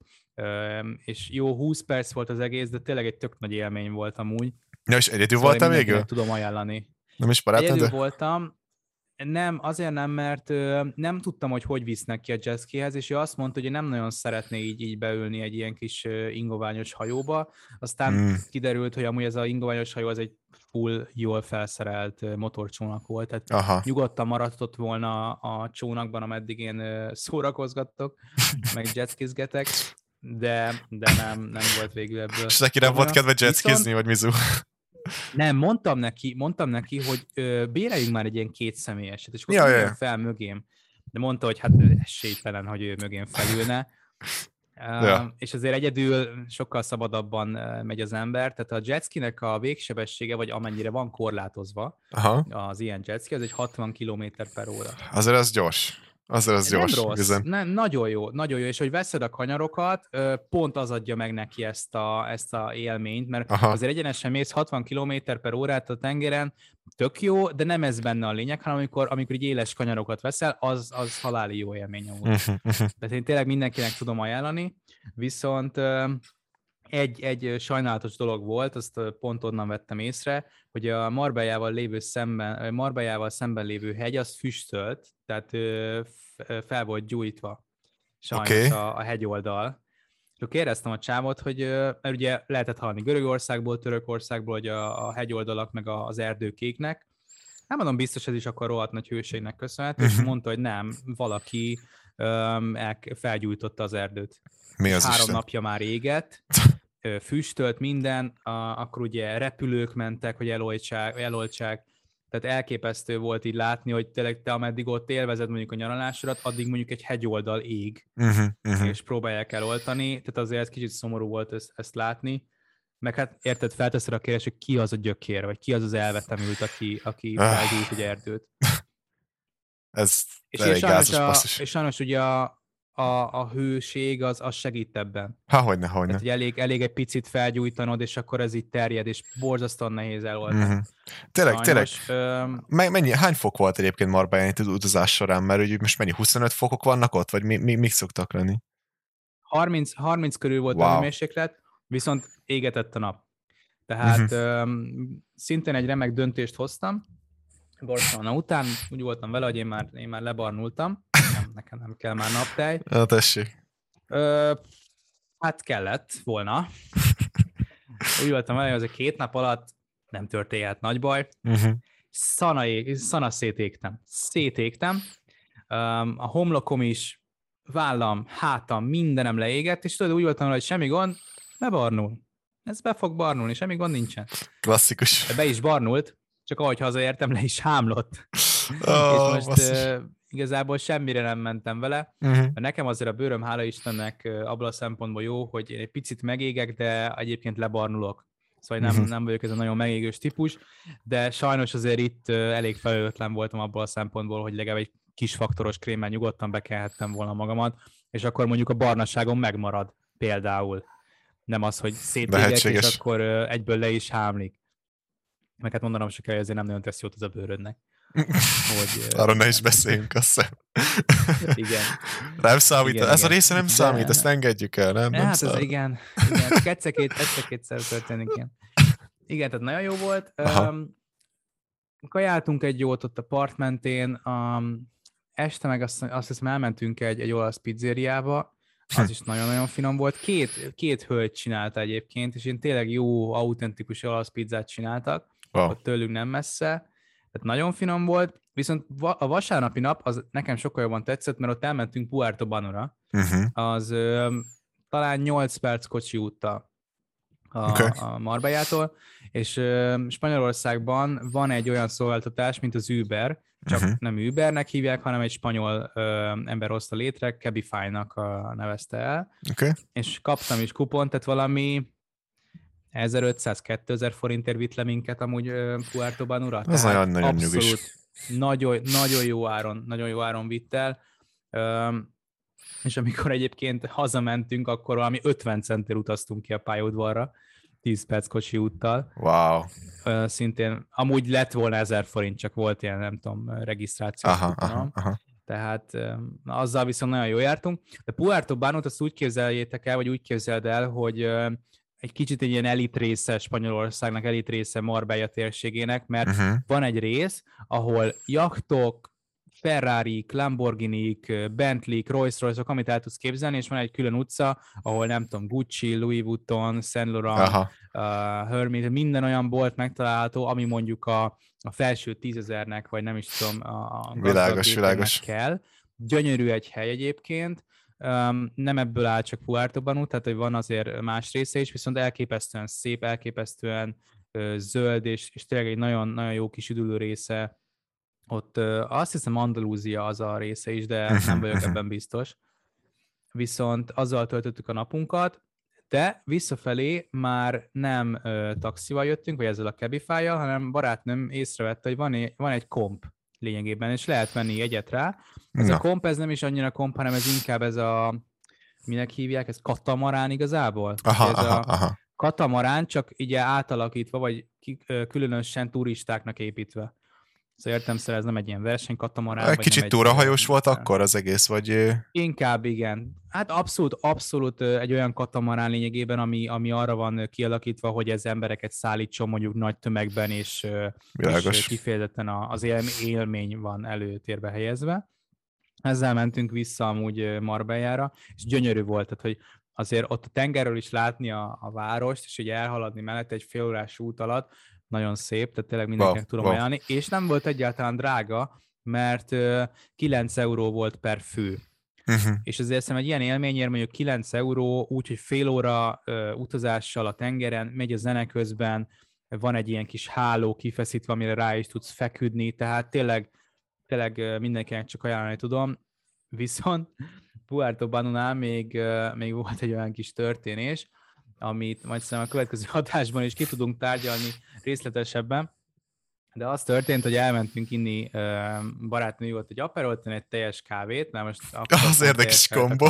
és jó húsz perc volt az egész, de tényleg egy tök nagy élmény volt amúgy. Ja, és egyedül szóval voltam végül? Tudom ajánlani. Nem is barátod? Egyedül de... voltam, nem, azért nem, mert ö, nem tudtam, hogy hogy visznek ki a jetskihez, és ő azt mondta, hogy nem nagyon szeretné így, így beülni egy ilyen kis ö, ingoványos hajóba. Aztán mm. kiderült, hogy amúgy ez a ingoványos hajó az egy full, jól felszerelt ö, motorcsónak volt, tehát aha. nyugodtan maradtott volna a csónakban, ameddig én ö, szórakozgattok, meg jetskizgetek, de, de nem, nem volt végül ebből. És neki nem volt kedve jetskizni, vagy mizu? Nem, mondtam neki, mondtam neki, hogy ö, béreljünk már egy ilyen kétszemelyeset, és akkor ja, ja. fel mögém. De mondta, hogy hát esélytelen, hogy ő mögém felülne. Ja. Uh, és azért egyedül sokkal szabadabban megy az ember, tehát a jetskinek a végsebessége, vagy amennyire van korlátozva, aha. az ilyen jetski, az egy hatvan kilométer per óra. Azért az gyors. Azért az nem gyors. Rossz, nem, nagyon jó, nagyon jó, és hogy veszed a kanyarokat, pont az adja meg neki ezt a, ezt a élményt, mert aha. azért egyenesen mész hatvan kilométer per órát a tengeren, tök jó, de nem ez benne a lényeg, hanem amikor, amikor így éles kanyarokat veszel, az, az haláli jó élmény amúgy. Tehát én tényleg mindenkinek tudom ajánlani, viszont egy, egy sajnálatos dolog volt, azt pont onnan vettem észre, hogy a Marbellával lévő szemben, Marbellával szemben lévő hegy, az füstölt, tehát fel volt gyújtva sajnos okay. a, a hegyoldal. És akkor kérdeztem a csávot, hogy, mert ugye lehetett hallani Görögországból, Törökországból, hogy a, a hegyoldalak meg az erdőkéknek. Nem mondom, biztos ez is akkor rohadt nagy hőségnek köszönhető, és mondta, hogy nem, valaki um, felgyújtotta az erdőt. Mi az Három Isten? napja már égett, füstölt minden, akkor ugye repülők mentek, hogy eloltsák, eloltsák, tehát elképesztő volt így látni, hogy tényleg te ameddig ott élvezed mondjuk a nyaralásodat, addig mondjuk egy hegyoldal ég, uh-huh, uh-huh. és próbálják eloltani, tehát azért ez kicsit szomorú volt ezt, ezt látni, meg hát érted, felteszed a kérdést, hogy ki az a gyökér, vagy ki az az elvetemült, aki, aki felgyújt egy erdőt. Ez és, és, sajnos a, és sajnos ugye a A, a hőség az, az segít ebben. Há, hogyne, hogyne. Tehát, hogy elég, elég egy picit felgyújtanod, és akkor ez így terjed, és borzasztóan nehéz eloltani. Mm-hmm. Tényleg, Sajnos, tényleg. Öm... Mennyi, hány fok volt egyébként Marbellán itt az utazás során? Mert ugye most mennyi, huszonöt fokok vannak ott? Vagy mi, mi, mik szoktak lenni? harminc, harminc körül volt wow. a hőmérséklet, viszont égetett a nap. Tehát mm-hmm. öm, szintén egy remek döntést hoztam, Barcelona után, úgy voltam vele, hogy én már, én már lebarnultam, nem, nekem nem kell már naptej. Na, tessék. Ö, hát kellett volna. Úgy voltam vele, hogy az a két nap alatt nem történhet nagy baj. Uh-huh. Szana, szana szétégtem. Szétégtem. Um, a homlokom is, vállam, hátam, mindenem leégett, és tudod, úgy voltam vele, hogy semmi gond, bebarnul. Ez be fog barnulni, semmi gond nincsen. Klasszikus. Be is barnult, csak ahogy hazaértem, le is hámlott. Oh, és most uh, igazából semmire nem mentem vele. Uh-huh. Nekem azért a bőröm, hála Istennek, uh, abban a szempontból jó, hogy én egy picit megégek, de egyébként lebarnulok. Szóval nem, uh-huh. nem vagyok ez a nagyon megégős típus, de sajnos azért itt uh, elég felelőtlen voltam abból a szempontból, hogy legalább egy kis faktoros krémmel nyugodtan bekelhettem volna magamat, és akkor mondjuk a barnaságon megmarad például. Nem az, hogy szétégek, és akkor uh, egyből le is hámlik. meg hát mondanom se kell, hogy azért nem nagyon tesz jót az a bőrödnek. Hogy, Arról ne is beszéljünk, azt hiszem. Igen. Nem számít, igen, ez igen. a része nem De... számít, ezt engedjük el, nem? nem hát számít. ez igen, igen. Egyszer-két, egyszer-kétszer történik ilyen. Igen, tehát nagyon jó volt. Um, kajáltunk egy jót ott a part mentén, um, este meg azt, azt hiszem elmentünk egy, egy olasz pizzériába, az is nagyon-nagyon finom volt. Két, két hölgy csinálta egyébként, és én tényleg jó, autentikus olasz pizzát csináltak, wow. Ott tőlünk nem messze, tehát nagyon finom volt, viszont a vasárnapi nap az nekem sokkal jobban tetszett, mert ott elmentünk Puerto Banúra, uh-huh. az ö, talán nyolc perc kocsi úttal a, okay. a Marbellától, és ö, Spanyolországban van egy olyan szolgáltatás, mint az Uber, csak uh-huh. nem Ubernek hívják, hanem egy spanyol ö, ember hozta létre, Cabify-nak a, nevezte el, okay. és kaptam is kupont, tehát valami ezerötszáz-kétezer forintért vitt le minket amúgy ö, Puerto Banúra. Ez nagyon, nagyon nyugis. Nagyon, nagyon jó áron, nagyon jó áron vitt el, ö, és amikor egyébként hazamentünk, akkor valami ötven centért utaztunk ki a pályaudvarra, tíz perc kocsi úttal. Wow. Ö, szintén, amúgy lett volna ezer forint, csak volt ilyen, nem tudom, regisztrációs aha, aha, aha. Tehát na, azzal viszont nagyon jól jártunk. De Puerto Banút azt úgy képzeljétek el, vagy úgy képzeld el, hogy ö, egy kicsit egy ilyen elit része Spanyolországnak, elit része Marbella térségének, mert uh-huh. van egy rész, ahol jachtok, Ferrarik, Lamborghinik, Bentleyk, Rolls-Royce-ok, amit el tudsz képzelni, és van egy külön utca, ahol nem tudom, Gucci, Louis Vuitton, Saint Laurent, uh, Hermes, minden olyan bolt megtalálható, ami mondjuk a, a felső tízezernek, vagy nem is tudom, a világos, világos. kell. Gyönyörű egy hely egyébként, um, nem ebből áll csak Puerto Banú, tehát hogy van azért más része is, viszont elképesztően szép, elképesztően uh, zöld, és, és tényleg egy nagyon, nagyon jó kis üdülő része. Ott uh, azt hiszem Andalúzia az a része is, de nem vagyok ebben biztos. Viszont azzal töltöttük a napunkat, de visszafelé már nem uh, taxival jöttünk, vagy ezzel a Cabify-jal, hanem barátnőm észrevette, hogy van egy, van egy komp lényegében, és lehet venni jegyet rá. Ez Na. a komp, ez nem is annyira komp, hanem ez inkább ez a, minek hívják, ez katamarán igazából? Aha, ez aha, a aha. Katamarán, csak így átalakítva, vagy ki, különösen turistáknak építve. Szóval értelemszerűen ez nem egy ilyen versenykatamarán. Egy kicsit túrahajós volt akkor az egész, vagy... Inkább igen. Hát abszolút, abszolút egy olyan katamarán lényegében, ami, ami arra van kialakítva, hogy ez embereket szállítson mondjuk nagy tömegben, és, és kifejezetten az élmény van előtérbe helyezve. Ezzel mentünk vissza amúgy Marbellára, és gyönyörű volt, tehát, hogy azért ott a tengerről is látni a, a várost, és ugye elhaladni mellett egy fél órás út alatt, nagyon szép, tehát tényleg mindenkinek wow, tudom wow. ajánlani, és nem volt egyáltalán drága, mert uh, kilenc euró volt per fő. Uh-huh. És azért hiszem egy ilyen élményért mondjuk kilenc euró, úgyhogy fél óra uh, utazással a tengeren, megy a zene közben, van egy ilyen kis háló kifeszítve, amire rá is tudsz feküdni, tehát tényleg, tényleg uh, mindenkinek csak ajánlani tudom. Viszont Puerto Banúnál még, uh, még volt egy olyan kis történés, amit majd szerintem a következő adásban is ki tudunk tárgyalni részletesebben, de az történt, hogy elmentünk inni barátnői volt egy aperolt, egy teljes kávét, mert most az érdekes kombó.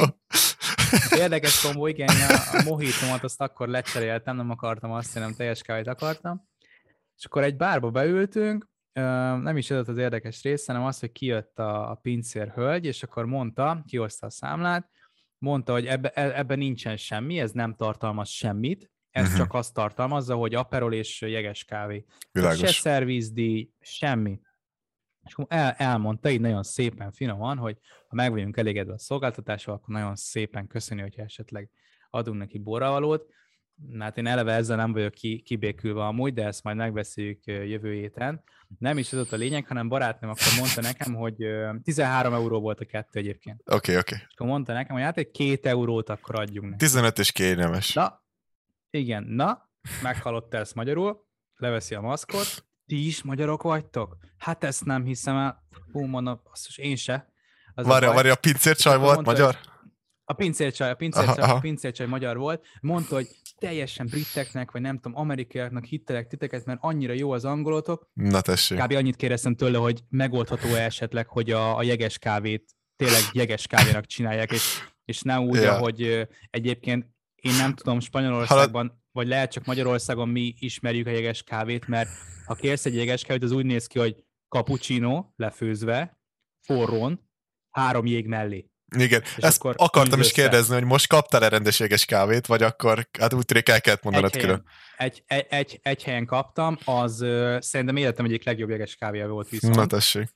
Az érdekes kombó, igen, a mojitomat azt akkor lecseréltem, nem akartam azt, hanem teljes kávét akartam. És akkor egy bárba beültünk, nem is ez az érdekes rész, hanem az, hogy kijött a, a pincér hölgy, és akkor mondta, kihozta a számlát, mondta, hogy ebben ebbe nincsen semmi, ez nem tartalmaz semmit, ez uh-huh. csak azt tartalmazza, hogy aperol és jeges kávé. Se szervizdíj, semmi. És el, elmondta így nagyon szépen, finoman, hogy ha meg vagyunk elégedve a szolgáltatással, akkor nagyon szépen köszönjük, hogyha esetleg adunk neki borravalót. Hát én eleve ezzel nem vagyok ki, kibékülve amúgy, de ezt majd megbeszéljük jövő héten. Nem is ez ott a lényeg, hanem barátnőm akkor mondta nekem, hogy tizenhárom euró volt a kettő egyébként. Oké, okay, oké. Okay. És akkor mondta nekem, hogy hát egy két eurót akkor adjunk neki. tizenöt és kényelmes. Na, igen, na, meghallotta ezt magyarul, leveszi a maszkot, ti is magyarok vagytok? Hát ezt nem hiszem el. Hú, mondom, basszus, én se. Várja, várja, a pincércsaj volt mondta, magyar? A pincércsaj, a pincércsaj, aha, a pincércsaj magyar volt. Mondta, hogy teljesen briteknek, vagy nem tudom, amerikaiaknak hittelek titeket, mert annyira jó az angolotok. Na tessék. Kb. Annyit kérdeztem tőle, hogy megoldható-e esetleg, hogy a, a jeges kávét tényleg jeges kávénak csinálják, és, és nem úgy, ja. ahogy egyébként én nem tudom, Spanyolországban vagy lehet csak Magyarországon mi ismerjük a jeges kávét, mert ha kérsz egy jeges kávét, az úgy néz ki, hogy cappuccino lefőzve, forrón, három jég mellé. Igen, és ezt akkor akartam is össze. kérdezni, hogy most kaptál-e rendeséges kávét, vagy akkor, hát úgy tűnik el kellett mondanod egy külön. helyen, egy, egy, egy, egy helyen kaptam, az uh, szerintem életem egyik legjobb jeges kávéja volt viszont. Na tessék.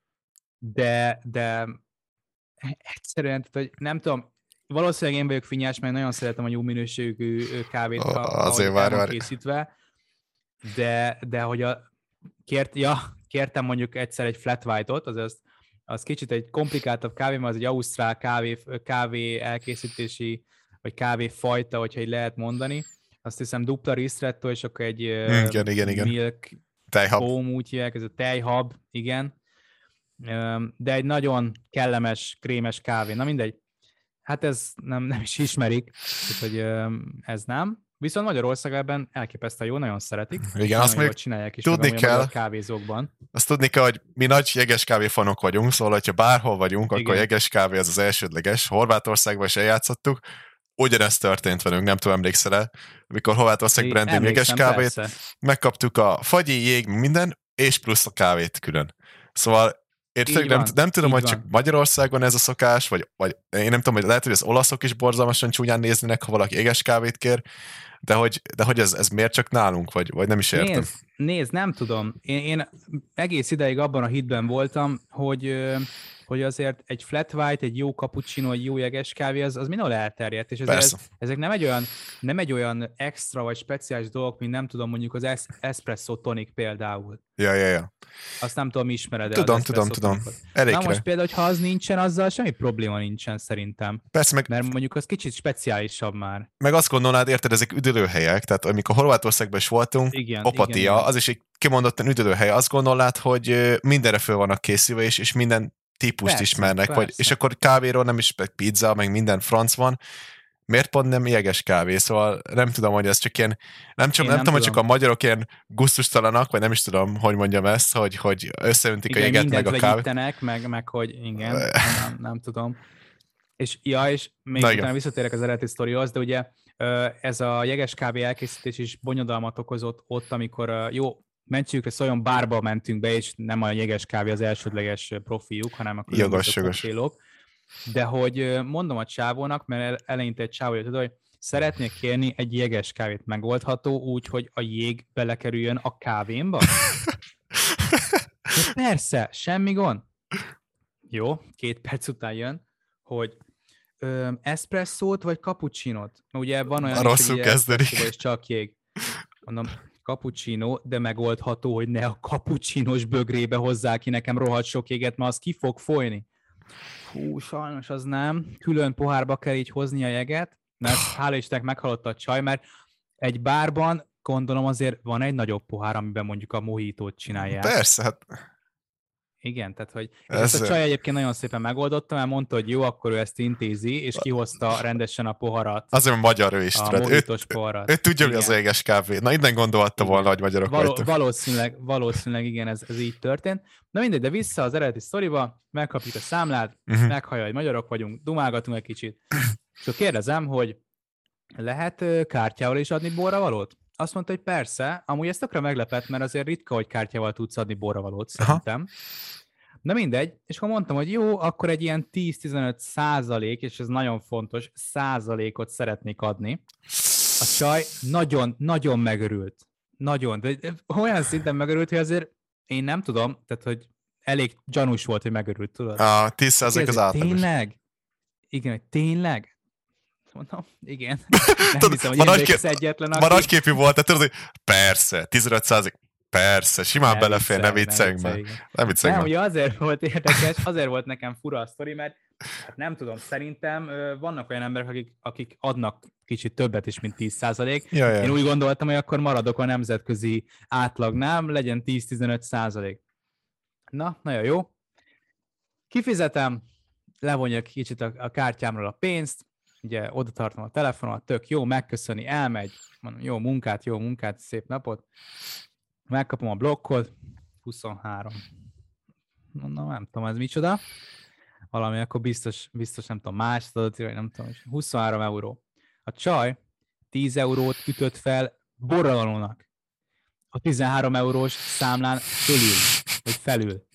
De, de egyszerűen, tehát, hogy nem tudom, valószínűleg én vagyok finnyás, mert nagyon szeretem a jó minőségű kávét, A, ahogy azért el van vár, készítve, de, de hogy a, kért, ja, kértem mondjuk egyszer egy flat white-ot, az, az, az kicsit egy komplikáltabb kávé, mert az egy ausztrál kávé, kávé elkészítési, vagy kávéfajta, hogyha így lehet mondani. Azt hiszem dupla ristretto, és akkor egy igen, igen, igen. milk Tejhab. foam, úgy hívják, ez a tejhab, igen. De egy nagyon kellemes, krémes kávé. Na mindegy. Hát ez nem, nem is ismerik, hogy ez nem. Viszont Magyarországban elképesztően jó, nagyon szeretik. Igen, azt még csinálják is tudni meg kell, a kávézókban. Azt tudni kell, hogy mi nagy jeges kávé fanok vagyunk, szóval, hogyha bárhol vagyunk, igen. akkor jeges kávé az az elsődleges. Horvátországban is eljátszottuk. Ugyanezt történt velünk, nem tudom, emlékszel-e, amikor Horvátország branding jeges kávét, persze. Megkaptuk a fagyi, jég, minden, és plusz a kávét külön. Szóval érted, nem, nem tudom, hogy van. Csak Magyarországon ez a szokás, vagy, vagy én nem tudom, hogy lehet, hogy az olaszok is borzalmasan csúnyán néznének, ha valaki éges kávét kér, de hogy, de hogy ez, ez miért csak nálunk, vagy, vagy nem is értem. Nézd, nézd nem tudom. Én, én egész ideig abban a hitben voltam, hogy, hogy azért egy flat white, egy jó cappuccino, egy jó jeges kávé, az, az mindenhol elterjedt, és ezért ez, ezek nem egy, olyan, nem egy olyan extra vagy speciális dolog, mint nem tudom, mondjuk az espresso tonic például. Ja, ja, ja. Azt nem tudom, ismered el. Tudom, tudom, tudom. Na most például, ha az nincsen, azzal semmi probléma nincsen szerintem. Persze, meg... Mert mondjuk az kicsit speciálisabb már. Meg azt gondolnád, érted, ezek üdülőhelyek, tehát amikor Horvátországban is voltunk, igen, Opatia, igen, az is egy kimondottan üdülőhely. Azt gondolnád, hogy mindenre föl vannak készülve, és, és minden típust persze, ismernek, vagy, és akkor kávéról nem is pizza, meg minden franc van. Miért pont nem jeges kávé? Szóval nem tudom, hogy ez csak ilyen, nem, csak, nem, nem tudom, hogy csak a magyarok ilyen gusztustalanak, vagy nem is tudom, hogy mondjam ezt, hogy, hogy összeöntik igen, a jeget meg a kávét. Meg, meg hogy igen, nem, nem tudom. És ja, és még Na, utána visszatérek az eredeti sztorihoz, de ugye ez a jeges kávé elkészítés is bonyodalmat okozott ott, amikor jó, mentjük, szóljon bárba mentünk be, és nem a jeges kávé az elsődleges profiuk, hanem a különböző koktélok. De hogy mondom a csávónak, mert eleinte egy csávó jött oda, hogy szeretnék kérni egy jeges kávét, megoldható úgy, hogy a jég belekerüljön a kávémba? De persze, semmi gond. Jó, két perc után jön, hogy ö, eszpresszót vagy cappuccinót? Ugye van olyan, rosszul kezdeni. És csak jég. Mondom, cappuccino, de megoldható, hogy ne a cappuccinos bögrébe hozzá ki nekem rohadt sok jéget, mert az ki fog folyni. Hú, sajnos az nem. Külön pohárba kell így hozni a jeget, mert hála Istennek meghalott a csaj, mert egy bárban gondolom azért van egy nagyobb pohár, amiben mondjuk a mojitót csinálják. Persze, hát... Igen, tehát hogy... Ez... Ezt a csaj egyébként nagyon szépen megoldotta, mert mondta, hogy jó, akkor ő ezt intézi, és kihozta rendesen a poharat. Azért magyar ő is, a tudod. mojitos poharat. Ő tudja, mi az éges kávé. Na, innen gondolhatta igen. volna, hogy magyarok Való, vagytok. Valószínűleg, valószínűleg igen, ez, ez így történt. Na mindegy, de vissza az eredeti sztoriba, megkapjuk a számlát, uh-huh. meghallja, hogy magyarok vagyunk, dumálgatunk egy kicsit. És akkor kérdezem, hogy lehet kártyával is adni borravalót? Azt mondta, hogy persze, amúgy ez tökre meglepett, mert azért ritka, hogy kártyával tudsz adni borravalót, szerintem. Aha. Na mindegy, és akkor mondtam, hogy jó, akkor egy ilyen tíz-tizenöt százalék, és ez nagyon fontos, százalékot szeretnék adni. A csaj nagyon, nagyon megörült. Nagyon, de olyan szinten megörült, hogy azért én nem tudom, tehát, hogy elég gyanús volt, hogy megörült, tudod? A tíz százalék az átlagos. Tényleg? Igen, hogy tényleg? Mondom, igen. Nem hiszem, hogy én kép... egyetlen, aki... Ma nagyképű volt, tehát tudod, hogy persze, tizenöt százalék, persze, simán ne belefér, ne vicceljünk már. Nem vicceljünk már. Ugye azért volt érdekes, azért volt nekem fura a sztori, mert hát nem tudom, szerintem vannak olyan emberek, akik, akik adnak kicsit többet is, mint tíz százalék. Ja, ja. Én úgy gondoltam, hogy akkor maradok a nemzetközi átlagnál, legyen tíz-tizenöt százalék. Na, nagyon jó. Kifizetem, levonjak kicsit a, a kártyámról a pénzt, ugye oda tartom a telefonomat, tök jó, megköszöni, elmegy, mondom, jó munkát, jó munkát, szép napot. Megkapom a blokkot, huszonhárom. Mondom, nem tudom, ez micsoda. Valami, akkor biztos, biztos nem tudom, más tudod, vagy nem tudom, huszonhárom euró. A csaj tíz eurót ütött fel borravalónak. A tizenhárom eurós számlán fölül, vagy felül.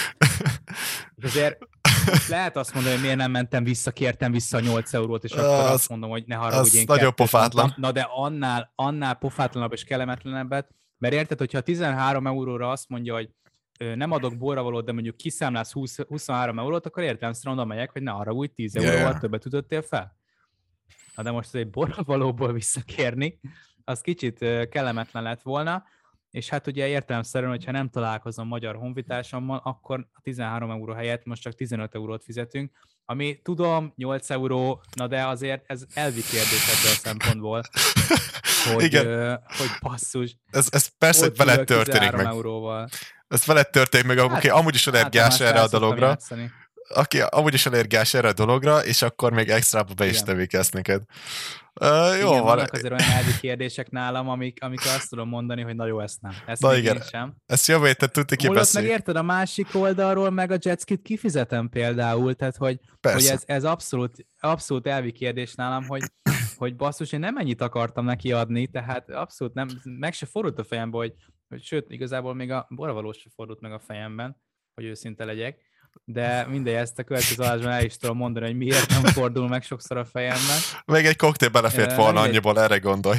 És azért most lehet azt mondani, hogy miért nem mentem vissza, kértem vissza a nyolc eurót, és akkor az, azt mondom, hogy ne haragudj, én nagyon pofátlan. Mondtam. Na de annál, annál pofátlanabb és kellemetlenebbet, mert érted, hogyha tizenhárom euróra azt mondja, hogy nem adok borravalót, de mondjuk kiszámlálsz húsz, huszonhárom eurót, akkor értelemszerűen oda megyek, hogy ne haragudj, tíz euróval yeah. többet ütöttél fel. Na de most egy borravalóból visszakérni, az kicsit kellemetlen lett volna, és hát ugye értelemszerűen, hogyha nem találkozom magyar honfitársammal, akkor a tizenhárom euró helyett most csak tizenöt eurót fizetünk, ami tudom, nyolc euró, na de azért ez elvi kérdés ebből a szempontból, hogy, igen. Ö, hogy basszus. Ez, ez persze veled történik meg. Euróval. Ez veled történik meg, hát, aki amúgy is allergiás erre a dologra. Játszani. Aki amúgy is allergiás erre a dologra, és akkor még extrába be is tevékesz neked. Uh, jó, igen, van. Vannak azért olyan elvi kérdések nálam, amik, amikor azt tudom mondani, hogy na jó, ezt nem. Ezt na még igen, én sem. ezt jövő héten tudni ki beszél. Meg érted, a másik oldalról meg a jetskit kifizetem például, tehát hogy, hogy ez, ez abszolút, abszolút elvi kérdés nálam, hogy, hogy basszus, én nem ennyit akartam neki adni, tehát abszolút nem, meg se fordult a fejembe, hogy, hogy sőt, igazából még a borravalós se fordult meg a fejemben, hogy őszinte legyek. De mindegy, ezt a következő adásban el is tudom mondani, hogy miért nem fordul meg sokszor a fejemben. Még egy koktél belefért uh, volna annyiból, erre gondolj.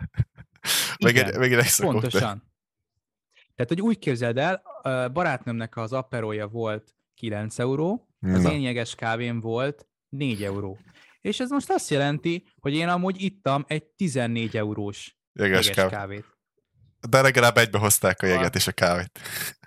még igen, egy, még egy pontosan. Koktél. Tehát, hogy úgy képzeld el, barátnőmnek az aperója volt kilenc euró, az Na. én jeges kávém volt négy euró. És ez most azt jelenti, hogy én amúgy ittam egy tizennégy eurós jeges, jeges kávét. De legalább egybe hozták a jeget a... és a kávét.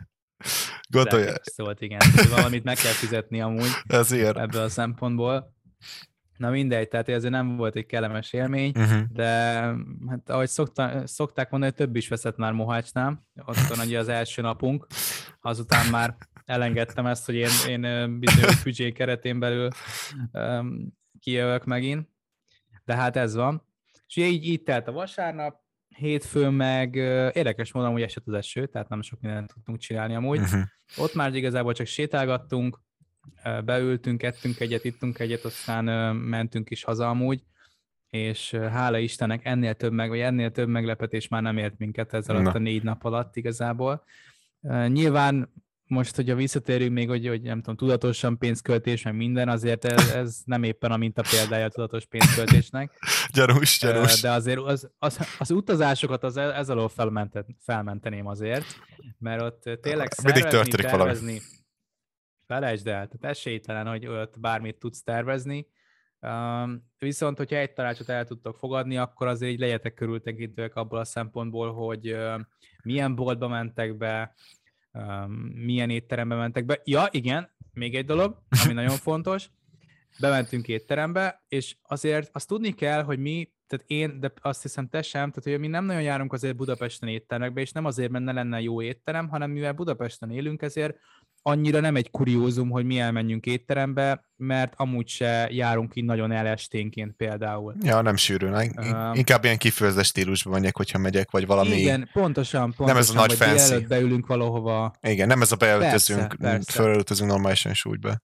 Gondolja. Szólt, igen. Valamit meg kell fizetni amúgy ez ilyen. Ebből a szempontból. Na mindegy, tehát ezért nem volt egy kellemes élmény, uh-huh. de hát ahogy szokta, szokták mondani, több is veszett már Mohácsnál. Ott van ugye az első napunk. Azután már elengedtem ezt, hogy én, én bizonyos büdzsé keretén belül um, kijövök megint. De hát ez van. És így, így telt a vasárnap, hétfőn meg érdekes módon, hogy esett az eső, tehát nem sok mindent tudtunk csinálni amúgy. Uh-huh. Ott már igazából csak sétálgattunk, beültünk, ettünk egyet, ittunk egyet, aztán mentünk is haza amúgy, és hála Istennek ennél több, meg, vagy ennél több meglepetés már nem ért minket ez alatt a négy nap alatt igazából. Nyilván most, hogyha visszatérünk még, hogy, hogy nem tudom, tudatosan pénzköltés, meg minden, azért ez, ez nem éppen a minta példája a tudatos pénzköltésnek. Gyanús, gyanús. De azért az, az, az utazásokat az ez alól felmenteném azért, mert ott tényleg szervezni, tervezni, felejtsd el, tehát esélytelen, hogy ott bármit tudsz tervezni. Um, viszont, hogyha egy tanácsot el tudtok fogadni, akkor azért így legyetek körültekintőek abból a szempontból, hogy uh, milyen boltba mentek be, Um, milyen étterembe mentek be. Ja, igen, még egy dolog, ami nagyon fontos. Bementünk étterembe, és azért azt tudni kell, hogy mi, tehát én, de azt hiszem te sem, tehát hogy mi nem nagyon járunk azért Budapesten éttermekbe, és nem azért, mert ne lenne jó étterem, hanem mivel Budapesten élünk, ezért annyira nem egy kuriózum, hogy mi elmenjünk étterembe, mert amúgy se járunk így nagyon el esténként például. Ja, nem sűrűn. Uh, Inkább ilyen kifőzdes stílusban menjek, hogyha megyek, vagy valami... Igen, pontosan, pontosan. Nem ez a nagy fancy. Előtt beülünk valahova. Igen, nem ez a beöltözünk, felöltözünk normálisan súlyba.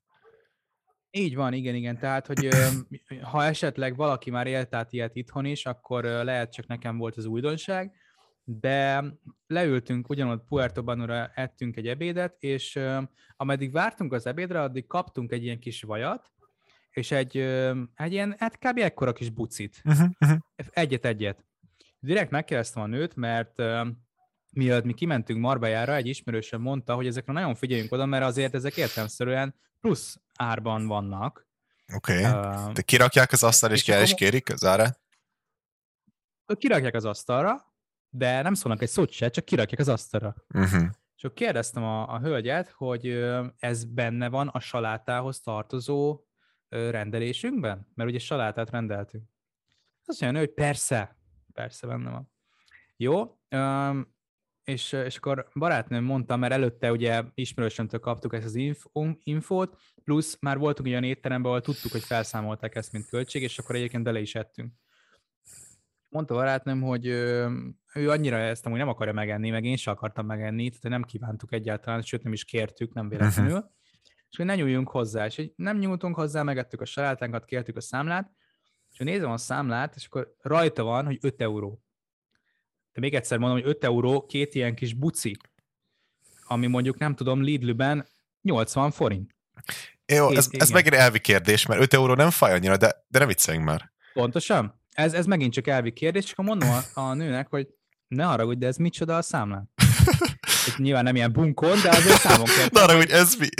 Így van, igen, igen. Tehát, hogy ha esetleg valaki már élt át ilyet itthon is, akkor lehet, csak nekem volt az újdonság, de leültünk ugyanott Puerto Banúra, ettünk egy ebédet, és ameddig vártunk az ebédre, addig kaptunk egy ilyen kis vajat, és egy, egy ilyen, hát kb. Ekkora kis bucit. Uh-huh, uh-huh. Egyet-egyet. Direkt megkérdeztem a nőt, mert mielőtt mi kimentünk Marbellára, egy ismerősöm mondta, hogy ezekre nagyon figyeljünk oda, mert azért ezek értelemszerűen plusz árban vannak. Oké. Okay. Uh, De kirakják az asztalra, és, és ki el is kérik az árát? Kirakják az asztalra, de nem szólnak egy szót se, csak kirakják az asztalra. Uh-huh. És akkor kérdeztem a, a hölgyet, hogy ez benne van a salátához tartozó rendelésünkben? Mert ugye salátát rendeltünk. Azt mondja, hogy persze, persze benne van. Jó, um, és, és akkor barátnőm mondta, mert előtte ugye ismerősömtől kaptuk ezt az inf, infót, plusz már voltunk olyan étteremben, ahol tudtuk, hogy felszámolták ezt, mint költség, és akkor egyébként bele is ettünk. Mondta barátnőm, hogy ő, ő annyira ezt amúgy nem akarja megenni, meg én sem akartam megenni, tehát nem kívántuk egyáltalán, sőt nem is kértük, nem véletlenül. Uh-huh. És hogy ne nyúljunk hozzá, és hogy nem nyúltunk hozzá, megettük a salátánkat, kértük a számlát, És nézem a számlát, és akkor rajta van, hogy öt euró. De még egyszer mondom, hogy öt euró két ilyen kis buci, ami mondjuk nem tudom, Lidlben nyolcvan forint. Jó, Két, ez, ez megint elvi kérdés, mert öt euró nem fáj annyira, de, de ne vicceljünk már. Pontosan. Ez, ez megint csak elvi kérdés, és akkor mondom a, a nőnek, hogy ne haragudj, de ez micsoda a számlán. És nyilván nem ilyen bunkon, de azért számon kell. Ne haragudj, ez mi?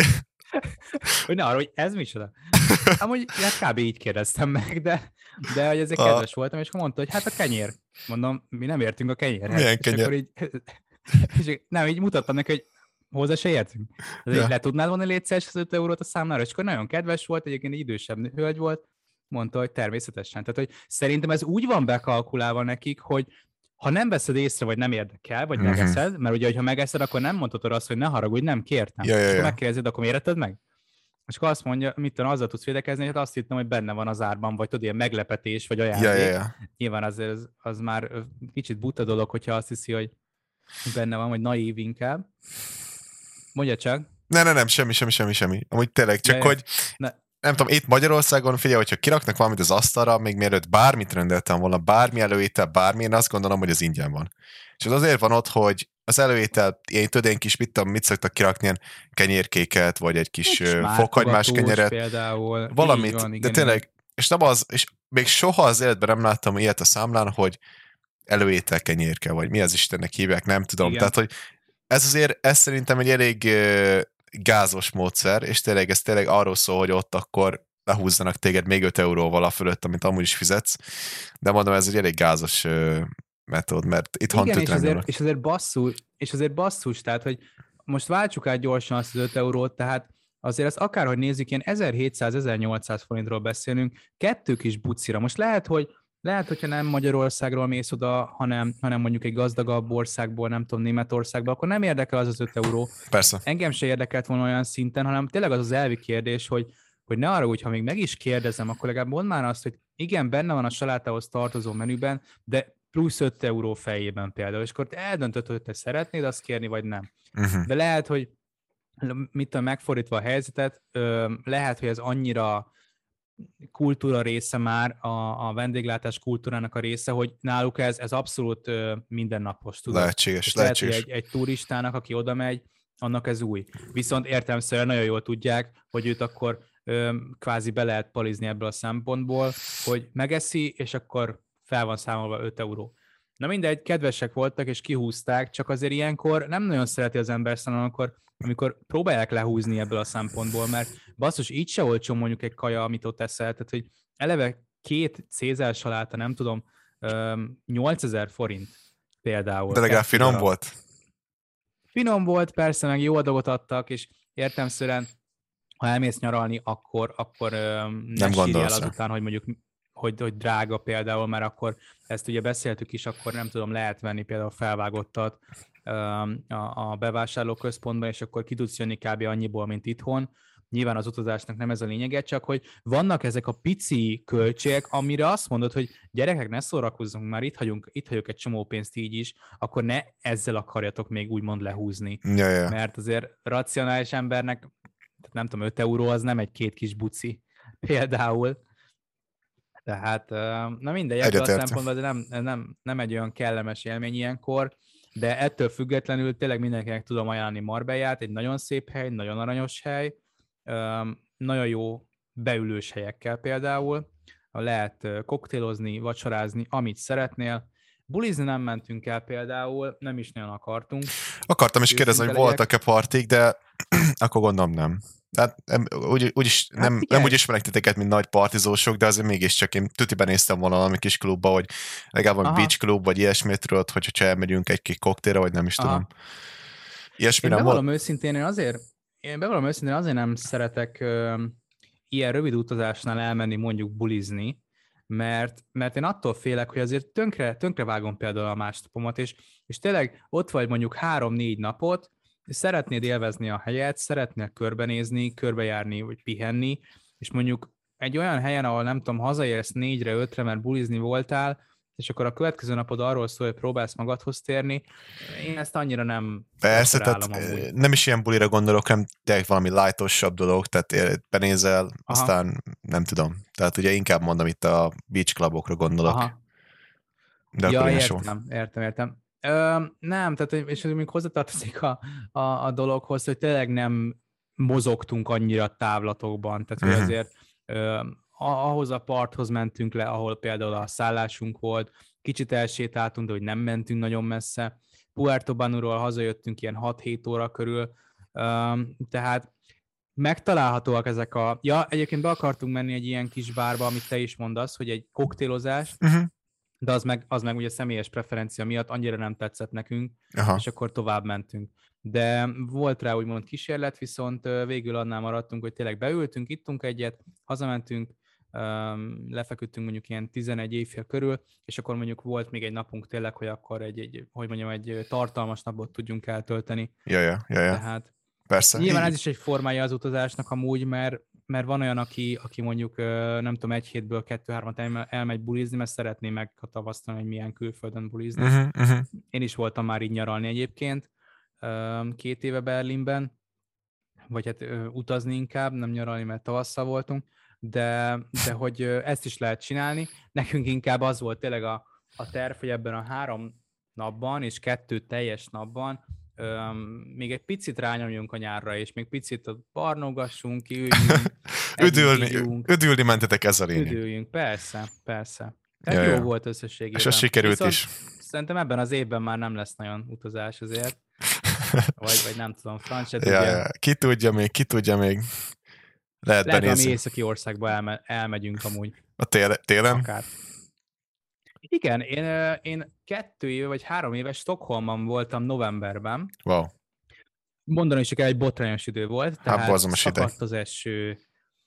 Hogy ne haragudj, ez micsoda? Amúgy hát kb. Így kérdeztem meg, de, de hogy ezért kedves a... voltam, és akkor mondta, hogy hát a kenyér. Mondom, mi nem értünk a kenyérhez. Milyen és kenyér? Akkor így, és nem, így mutattam neki, hogy hozzá se értünk. De Ja. le tudnád vonni légy szíves az öt eurót a számlára, és akkor nagyon kedves volt, egyébként egy idősebb hölgy volt, mondta, hogy természetesen. Tehát, hogy szerintem ez úgy van bekalkulálva nekik, hogy ha nem veszed észre, vagy nem érdekel, vagy Mhm. megeszed, mert ugye, ha megeszed, akkor nem mondhatod azt, hogy ne haragudj, nem kértem. Ja, ja, És akkor ja. megkérdezed, akkor miért etted meg? És akkor azt mondja, mit tudom, azzal tudsz védekezni, hogy hát azt hittem, hogy benne van az árban, vagy tudod, ilyen meglepetés, vagy ajándék. Ja, ja, ja. Nyilván az, az, az már kicsit buta dolog, hogyha azt hiszi, hogy benne van, vagy naív inkább. Mondja csak. Ne, ne, nem, semmi, semmi, semmi, semmi. Amúgy tényleg, csak Ja, hogy ne. nem tudom, itt Magyarországon, figyelj, hogyha kiraknak valamit az asztalra, még mielőtt bármit rendeltem volna, bármi előétel, bármi, én azt gondolom, hogy az ingyen van. És az azért van ott, hogy az előétel, én tudod, én kis, mit tudom, mit szoktak kirakni, ilyen kenyérkéket, vagy egy kis Egy fokhagymás smártogatós kenyeret, például. valamit, Így van, de igen, tényleg, igen. és nem az, és még soha az életben nem láttam ilyet a számlán, hogy előétel kenyérke, vagy mi az Istennek hívják, nem tudom. Igen. Tehát, hogy ez azért, ez szerintem egy elég uh, gázos módszer, és tényleg ez tényleg arról szól, hogy ott akkor lehúzzanak téged még öt euróval a fölött, amit amúgy is fizetsz, de mondom, ez egy elég gázos uh, metód, mert itt Igen, és hantütlen azért, és azért basszus, és azért basszus, tehát, hogy most váltsuk át gyorsan azt az öt eurót, tehát azért ezt akárhogy nézzük, ilyen ezerhétszáz-ezernyolcszáz forintról beszélünk, kettő kis bucira. Most lehet, hogy lehet, hogyha nem Magyarországról mész oda, hanem, hanem mondjuk egy gazdagabb országból, nem tudom, Németországba, akkor nem érdekel az az öt euró. Persze. Engem se érdekelt volna olyan szinten, hanem tényleg az az elvi kérdés, hogy, hogy ne arra úgy, ha még meg is kérdezem, akkor legalább mondd már azt, hogy igen, benne van a salátához tartozó menüben, de plusz öt euró fejében például, és akkor te eldöntöd, hogy te szeretnéd azt kérni, vagy nem. Uh-huh. De lehet, hogy mit tudom, megfordítva a helyzetet, lehet, hogy ez annyira kultúra része már, a, a vendéglátás kultúrának a része, hogy náluk ez, ez abszolút mindennapos. Tudod? Lehetséges, lehet, hogy lehetséges. egy, egy turistának, aki oda megy, annak ez új. Viszont értelemszerűen nagyon jól tudják, hogy őt akkor ö, kvázi be lehet palizni ebből a szempontból, hogy megeszi, és akkor fel van számolva öt euró. Na mindegy, kedvesek voltak, és kihúzták, csak azért ilyenkor nem nagyon szereti az ember szerintem, amikor, amikor próbálják lehúzni ebből a szempontból, mert basszus, így se olcsó mondjuk egy kaja, amit ott eszel, tehát hogy eleve két Cézár saláta, nem tudom, nyolcezer forint például. De legalább finom darab. volt? Finom volt, persze, meg jó adagot adtak, és értelemszerűen, ha elmész nyaralni, akkor, akkor ne sírj el azután, hogy mondjuk Hogy, hogy drága például, mert akkor ezt ugye beszéltük is, akkor nem tudom, lehet venni például felvágottat a, a bevásárlóközpontban, és akkor ki tudsz jönni kb. Annyiból, mint itthon. Nyilván az utazásnak nem ez a lényege, csak hogy vannak ezek a pici költségek, amire azt mondod, hogy gyerekek, ne szórakozzunk már, itt hagyunk, itt hagyjuk egy csomó pénzt így is, akkor ne ezzel akarjatok még úgymond lehúzni. Ja, ja. Mert azért racionális embernek, nem tudom, öt euró az nem egy két kis buci például. Tehát, na mindegy, ebből a szempontból nem, nem, nem egy olyan kellemes élmény ilyenkor, de ettől függetlenül tényleg mindenkinek tudom ajánlani Marbellát, egy nagyon szép hely, nagyon aranyos hely, nagyon jó beülős helyekkel például, lehet koktélozni, vacsorázni, amit szeretnél. Bulizni nem mentünk el például, nem is nagyon akartunk. Akartam is kérdezni, hogy voltak-e partik, de akkor gondolom nem. Hát úgy, úgyis hát nem, nem úgy ismerek titeket, mint nagy partizósok, de azért mégiscsak én tutiben néztem volna valami kis klubba, hogy legalább valami beach klub, vagy ilyesmit tudod, hogyha elmegyünk egy-két koktélra, vagy nem is Aha. tudom. Ilyesmi én nem bevallom őszintén, én azért, én bevallom őszintén azért nem szeretek ö, ilyen rövid utazásnál elmenni mondjuk bulizni, mert, mert én attól félek, hogy azért tönkre, tönkre vágom például a másnapomat, és, és tényleg ott vagy mondjuk három-négy napot, szeretnéd élvezni a helyet, szeretnél körbenézni, körbejárni, vagy pihenni, és mondjuk egy olyan helyen, ahol nem tudom, hazaérsz négyre, ötre, mert bulizni voltál, és akkor a következő napod arról szól, hogy próbálsz magadhoz térni, én ezt annyira nem Persze, tehát amúgy. nem is ilyen bulira gondolok, hanem tényleg valami lightosabb dolog, tehát benézel, Aha. aztán nem tudom. Tehát ugye inkább mondom, itt a beach clubokra gondolok. Aha. De ja, értem, értem, értem. Ö, nem, tehát és még hozzátartozik a, a, a dologhoz, hogy tényleg nem mozogtunk annyira távlatokban, tehát uh-huh. azért ö, ahhoz a parthoz mentünk le, ahol például a szállásunk volt, kicsit elsétáltunk, de hogy nem mentünk nagyon messze. Puerto Banúról hazajöttünk ilyen hat-hét óra körül, ö, tehát megtalálhatóak ezek a... Ja, egyébként be akartunk menni egy ilyen kis bárba, amit te is mondasz, hogy egy koktélozás, uh-huh. de az meg, az meg ugye személyes preferencia miatt annyira nem tetszett nekünk, Aha. és akkor tovább mentünk. De volt rá úgymond kísérlet, viszont végül annál maradtunk, hogy tényleg beültünk, ittunk egyet, hazamentünk, lefeküdtünk mondjuk ilyen tizenegy éjfél körül, és akkor mondjuk volt még egy napunk tényleg, hogy akkor egy, egy hogy mondjam, egy tartalmas napot tudjunk eltölteni. Ja, ja, ja, ja. Tehát persze. Nyilván ez is egy formája az utazásnak amúgy, mert, mert van olyan, aki, aki mondjuk nem tudom, egy hétből kettő-hármat elmegy bulizni, mert szeretné megtapasztalni, hogy milyen külföldön bulizni. Uh-huh, uh-huh. Én is voltam már így nyaralni egyébként, két éve Berlinben, vagy hát utazni inkább, nem nyaralni, mert tavasszal voltunk, de, de hogy ezt is lehet csinálni. Nekünk inkább az volt tényleg a, a terv, hogy ebben a három napban és kettő teljes napban Öm, még egy picit rányoljunk a nyárra, és még picit barnogassunk, kiüljünk, üdülni, üdülni mentetek ez a lényeg. Üdüljünk, persze, persze. Tehát ja, jó ja. volt összességében. És az sikerült Viszont is. Szerintem ebben az évben már nem lesz nagyon utazás azért. Vagy, vagy nem tudom, Franc se ja, ja. Ki tudja még, ki tudja még. Lehet, Lehet benézni. Ami északi országba elme, elmegyünk amúgy. A téle, télen? Akár. Igen, én, én kettő éve vagy három éve Stockholmban voltam novemberben. Wow. Mondani is kell, egy botrányos idő volt, tehát szakadt az eső,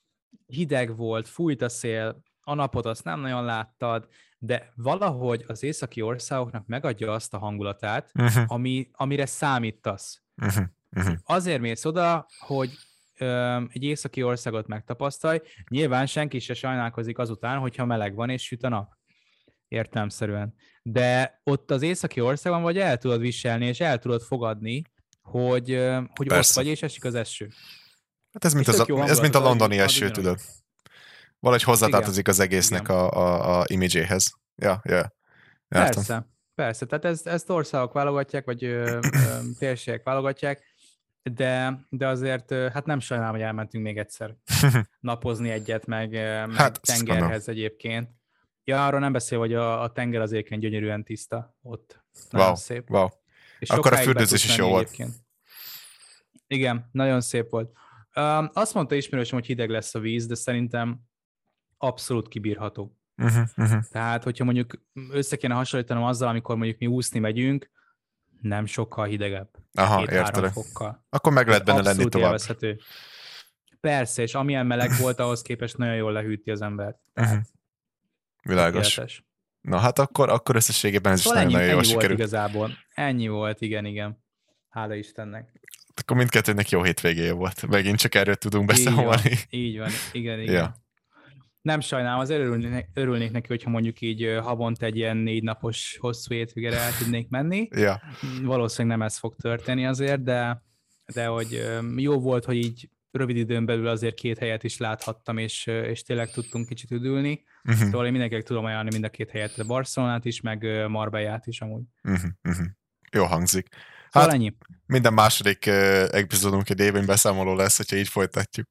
hideg volt, fújt a szél, a napot azt nem nagyon láttad, de valahogy az északi országoknak megadja azt a hangulatát, uh-huh. ami, amire számítasz. Uh-huh. Uh-huh. Azért mész oda, hogy öm, egy északi országot megtapasztalj, nyilván senki se sajnálkozik azután, hogyha meleg van és süt a nap. Értelemszerűen. De ott az északi országban vagy el tudod viselni, és el tudod fogadni, hogy, hogy ott vagy, és esik az eső. Hát ez mint, az a, ez mint a londoni eső, tudod. Valahogy hozzátartozik az egésznek a, a, a imidzséhez. Ja, ja. Jártam. Persze, persze. Tehát ezt, ezt országok válogatják, vagy ö, ö, térségek válogatják, de, de azért hát nem sajnálom, hogy elmentünk még egyszer napozni egyet, meg, meg hát, tengerhez egyébként. Ja, arról nem beszél, hogy a, a tenger az éken gyönyörűen tiszta ott. Nagyon wow, szép. Wow. És akkor a fürdőzés is jó volt. Egyébként. Igen, nagyon szép volt. Um, azt mondta ismerősöm, hogy hideg lesz a víz, de szerintem abszolút kibírható. Uh-huh, uh-huh. Tehát, hogyha mondjuk össze kéne hasonlítanom azzal, amikor mondjuk mi úszni megyünk, nem sokkal hidegebb. Aha, értelek. Akkor meg lehet benne lenni tovább. Élvezhető. Persze, és amilyen meleg volt, ahhoz képest nagyon jól lehűti az embert. Tehát uh-huh. Világos. Tökéletes. Na hát akkor, akkor összességében ez szóval is nagyon, nagyon jól sikerült. Ennyi volt igazából. Ennyi volt, igen, igen. Hála Istennek. Akkor mindkettőnek jó hétvégéje volt. Megint csak erről tudunk beszámolni. Így van, így van. Igen, igen. Ja. Nem sajnálom, az örülnék, örülnék neki, hogyha mondjuk így havonta egy ilyen négy napos hosszú hétvégére el tudnék menni. Ja. Valószínűleg nem ez fog történni azért, de, de hogy jó volt, hogy így rövid időn belül azért két helyet is láthattam, és, és tényleg tudtunk kicsit üdülni. Uh-huh. Szóval én mindenkinek tudom ajánlani mind a két helyet, Barcelonát is, meg Marbellát is amúgy. Uh-huh. Uh-huh. Jó hangzik. Hát szóval ennyi. Minden második uh, epizódunk egy évén beszámoló lesz, hogyha így folytatjuk.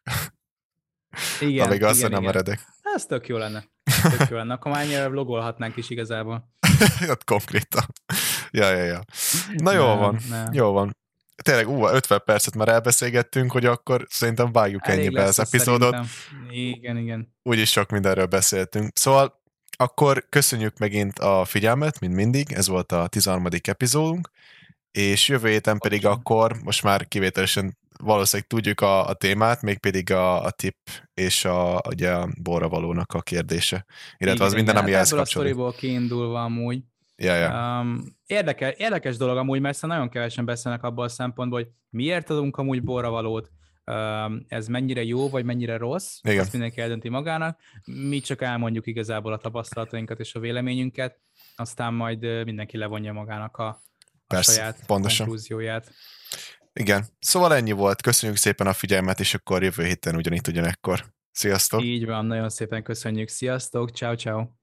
Igen, Amíg azt igen, nem igen. meredek. Ez tök jó lenne. Tök jó lenne. Akkor már ennyire vlogolhatnánk is igazából. Hát konkrétan. Ja, ja, ja. Na jól nem, van. Nem. Jól van. Tényleg, ú, ötven percet már elbeszélgettünk, hogy akkor szerintem vágjuk elég ennyibe az epizódot. Szerintem. Igen, igen. Úgyis sok mindenről beszéltünk. Szóval akkor köszönjük megint a figyelmet, mint mindig. Ez volt a tizenharmadik epizódunk. És jövő héten pedig okay. akkor, most már kivételesen valószínűleg tudjuk a, a témát, mégpedig a, a tip és a, ugye a borravalónak a kérdése. Illetve igen, az minden, ami ehhez kapcsolódik. Ebből a sztoriból kiindulva amúgy. Ja, ja. Um, érdekel, érdekes dolog amúgy, mert nagyon kevesen beszélnek abból a szempontból, hogy miért adunk amúgy borravalót, ez mennyire jó, vagy mennyire rossz, Igen. azt mindenki eldönti magának. Mi csak elmondjuk igazából a tapasztalatainkat és a véleményünket, aztán majd mindenki levonja magának a, a Persze, saját pontosan. konklúzióját. Igen, szóval ennyi volt. Köszönjük szépen a figyelmet, és akkor jövő héten ugyanitt ugyanekkor. Sziasztok! Így van, nagyon szépen köszönjük. Sziasztok, ciao ciao.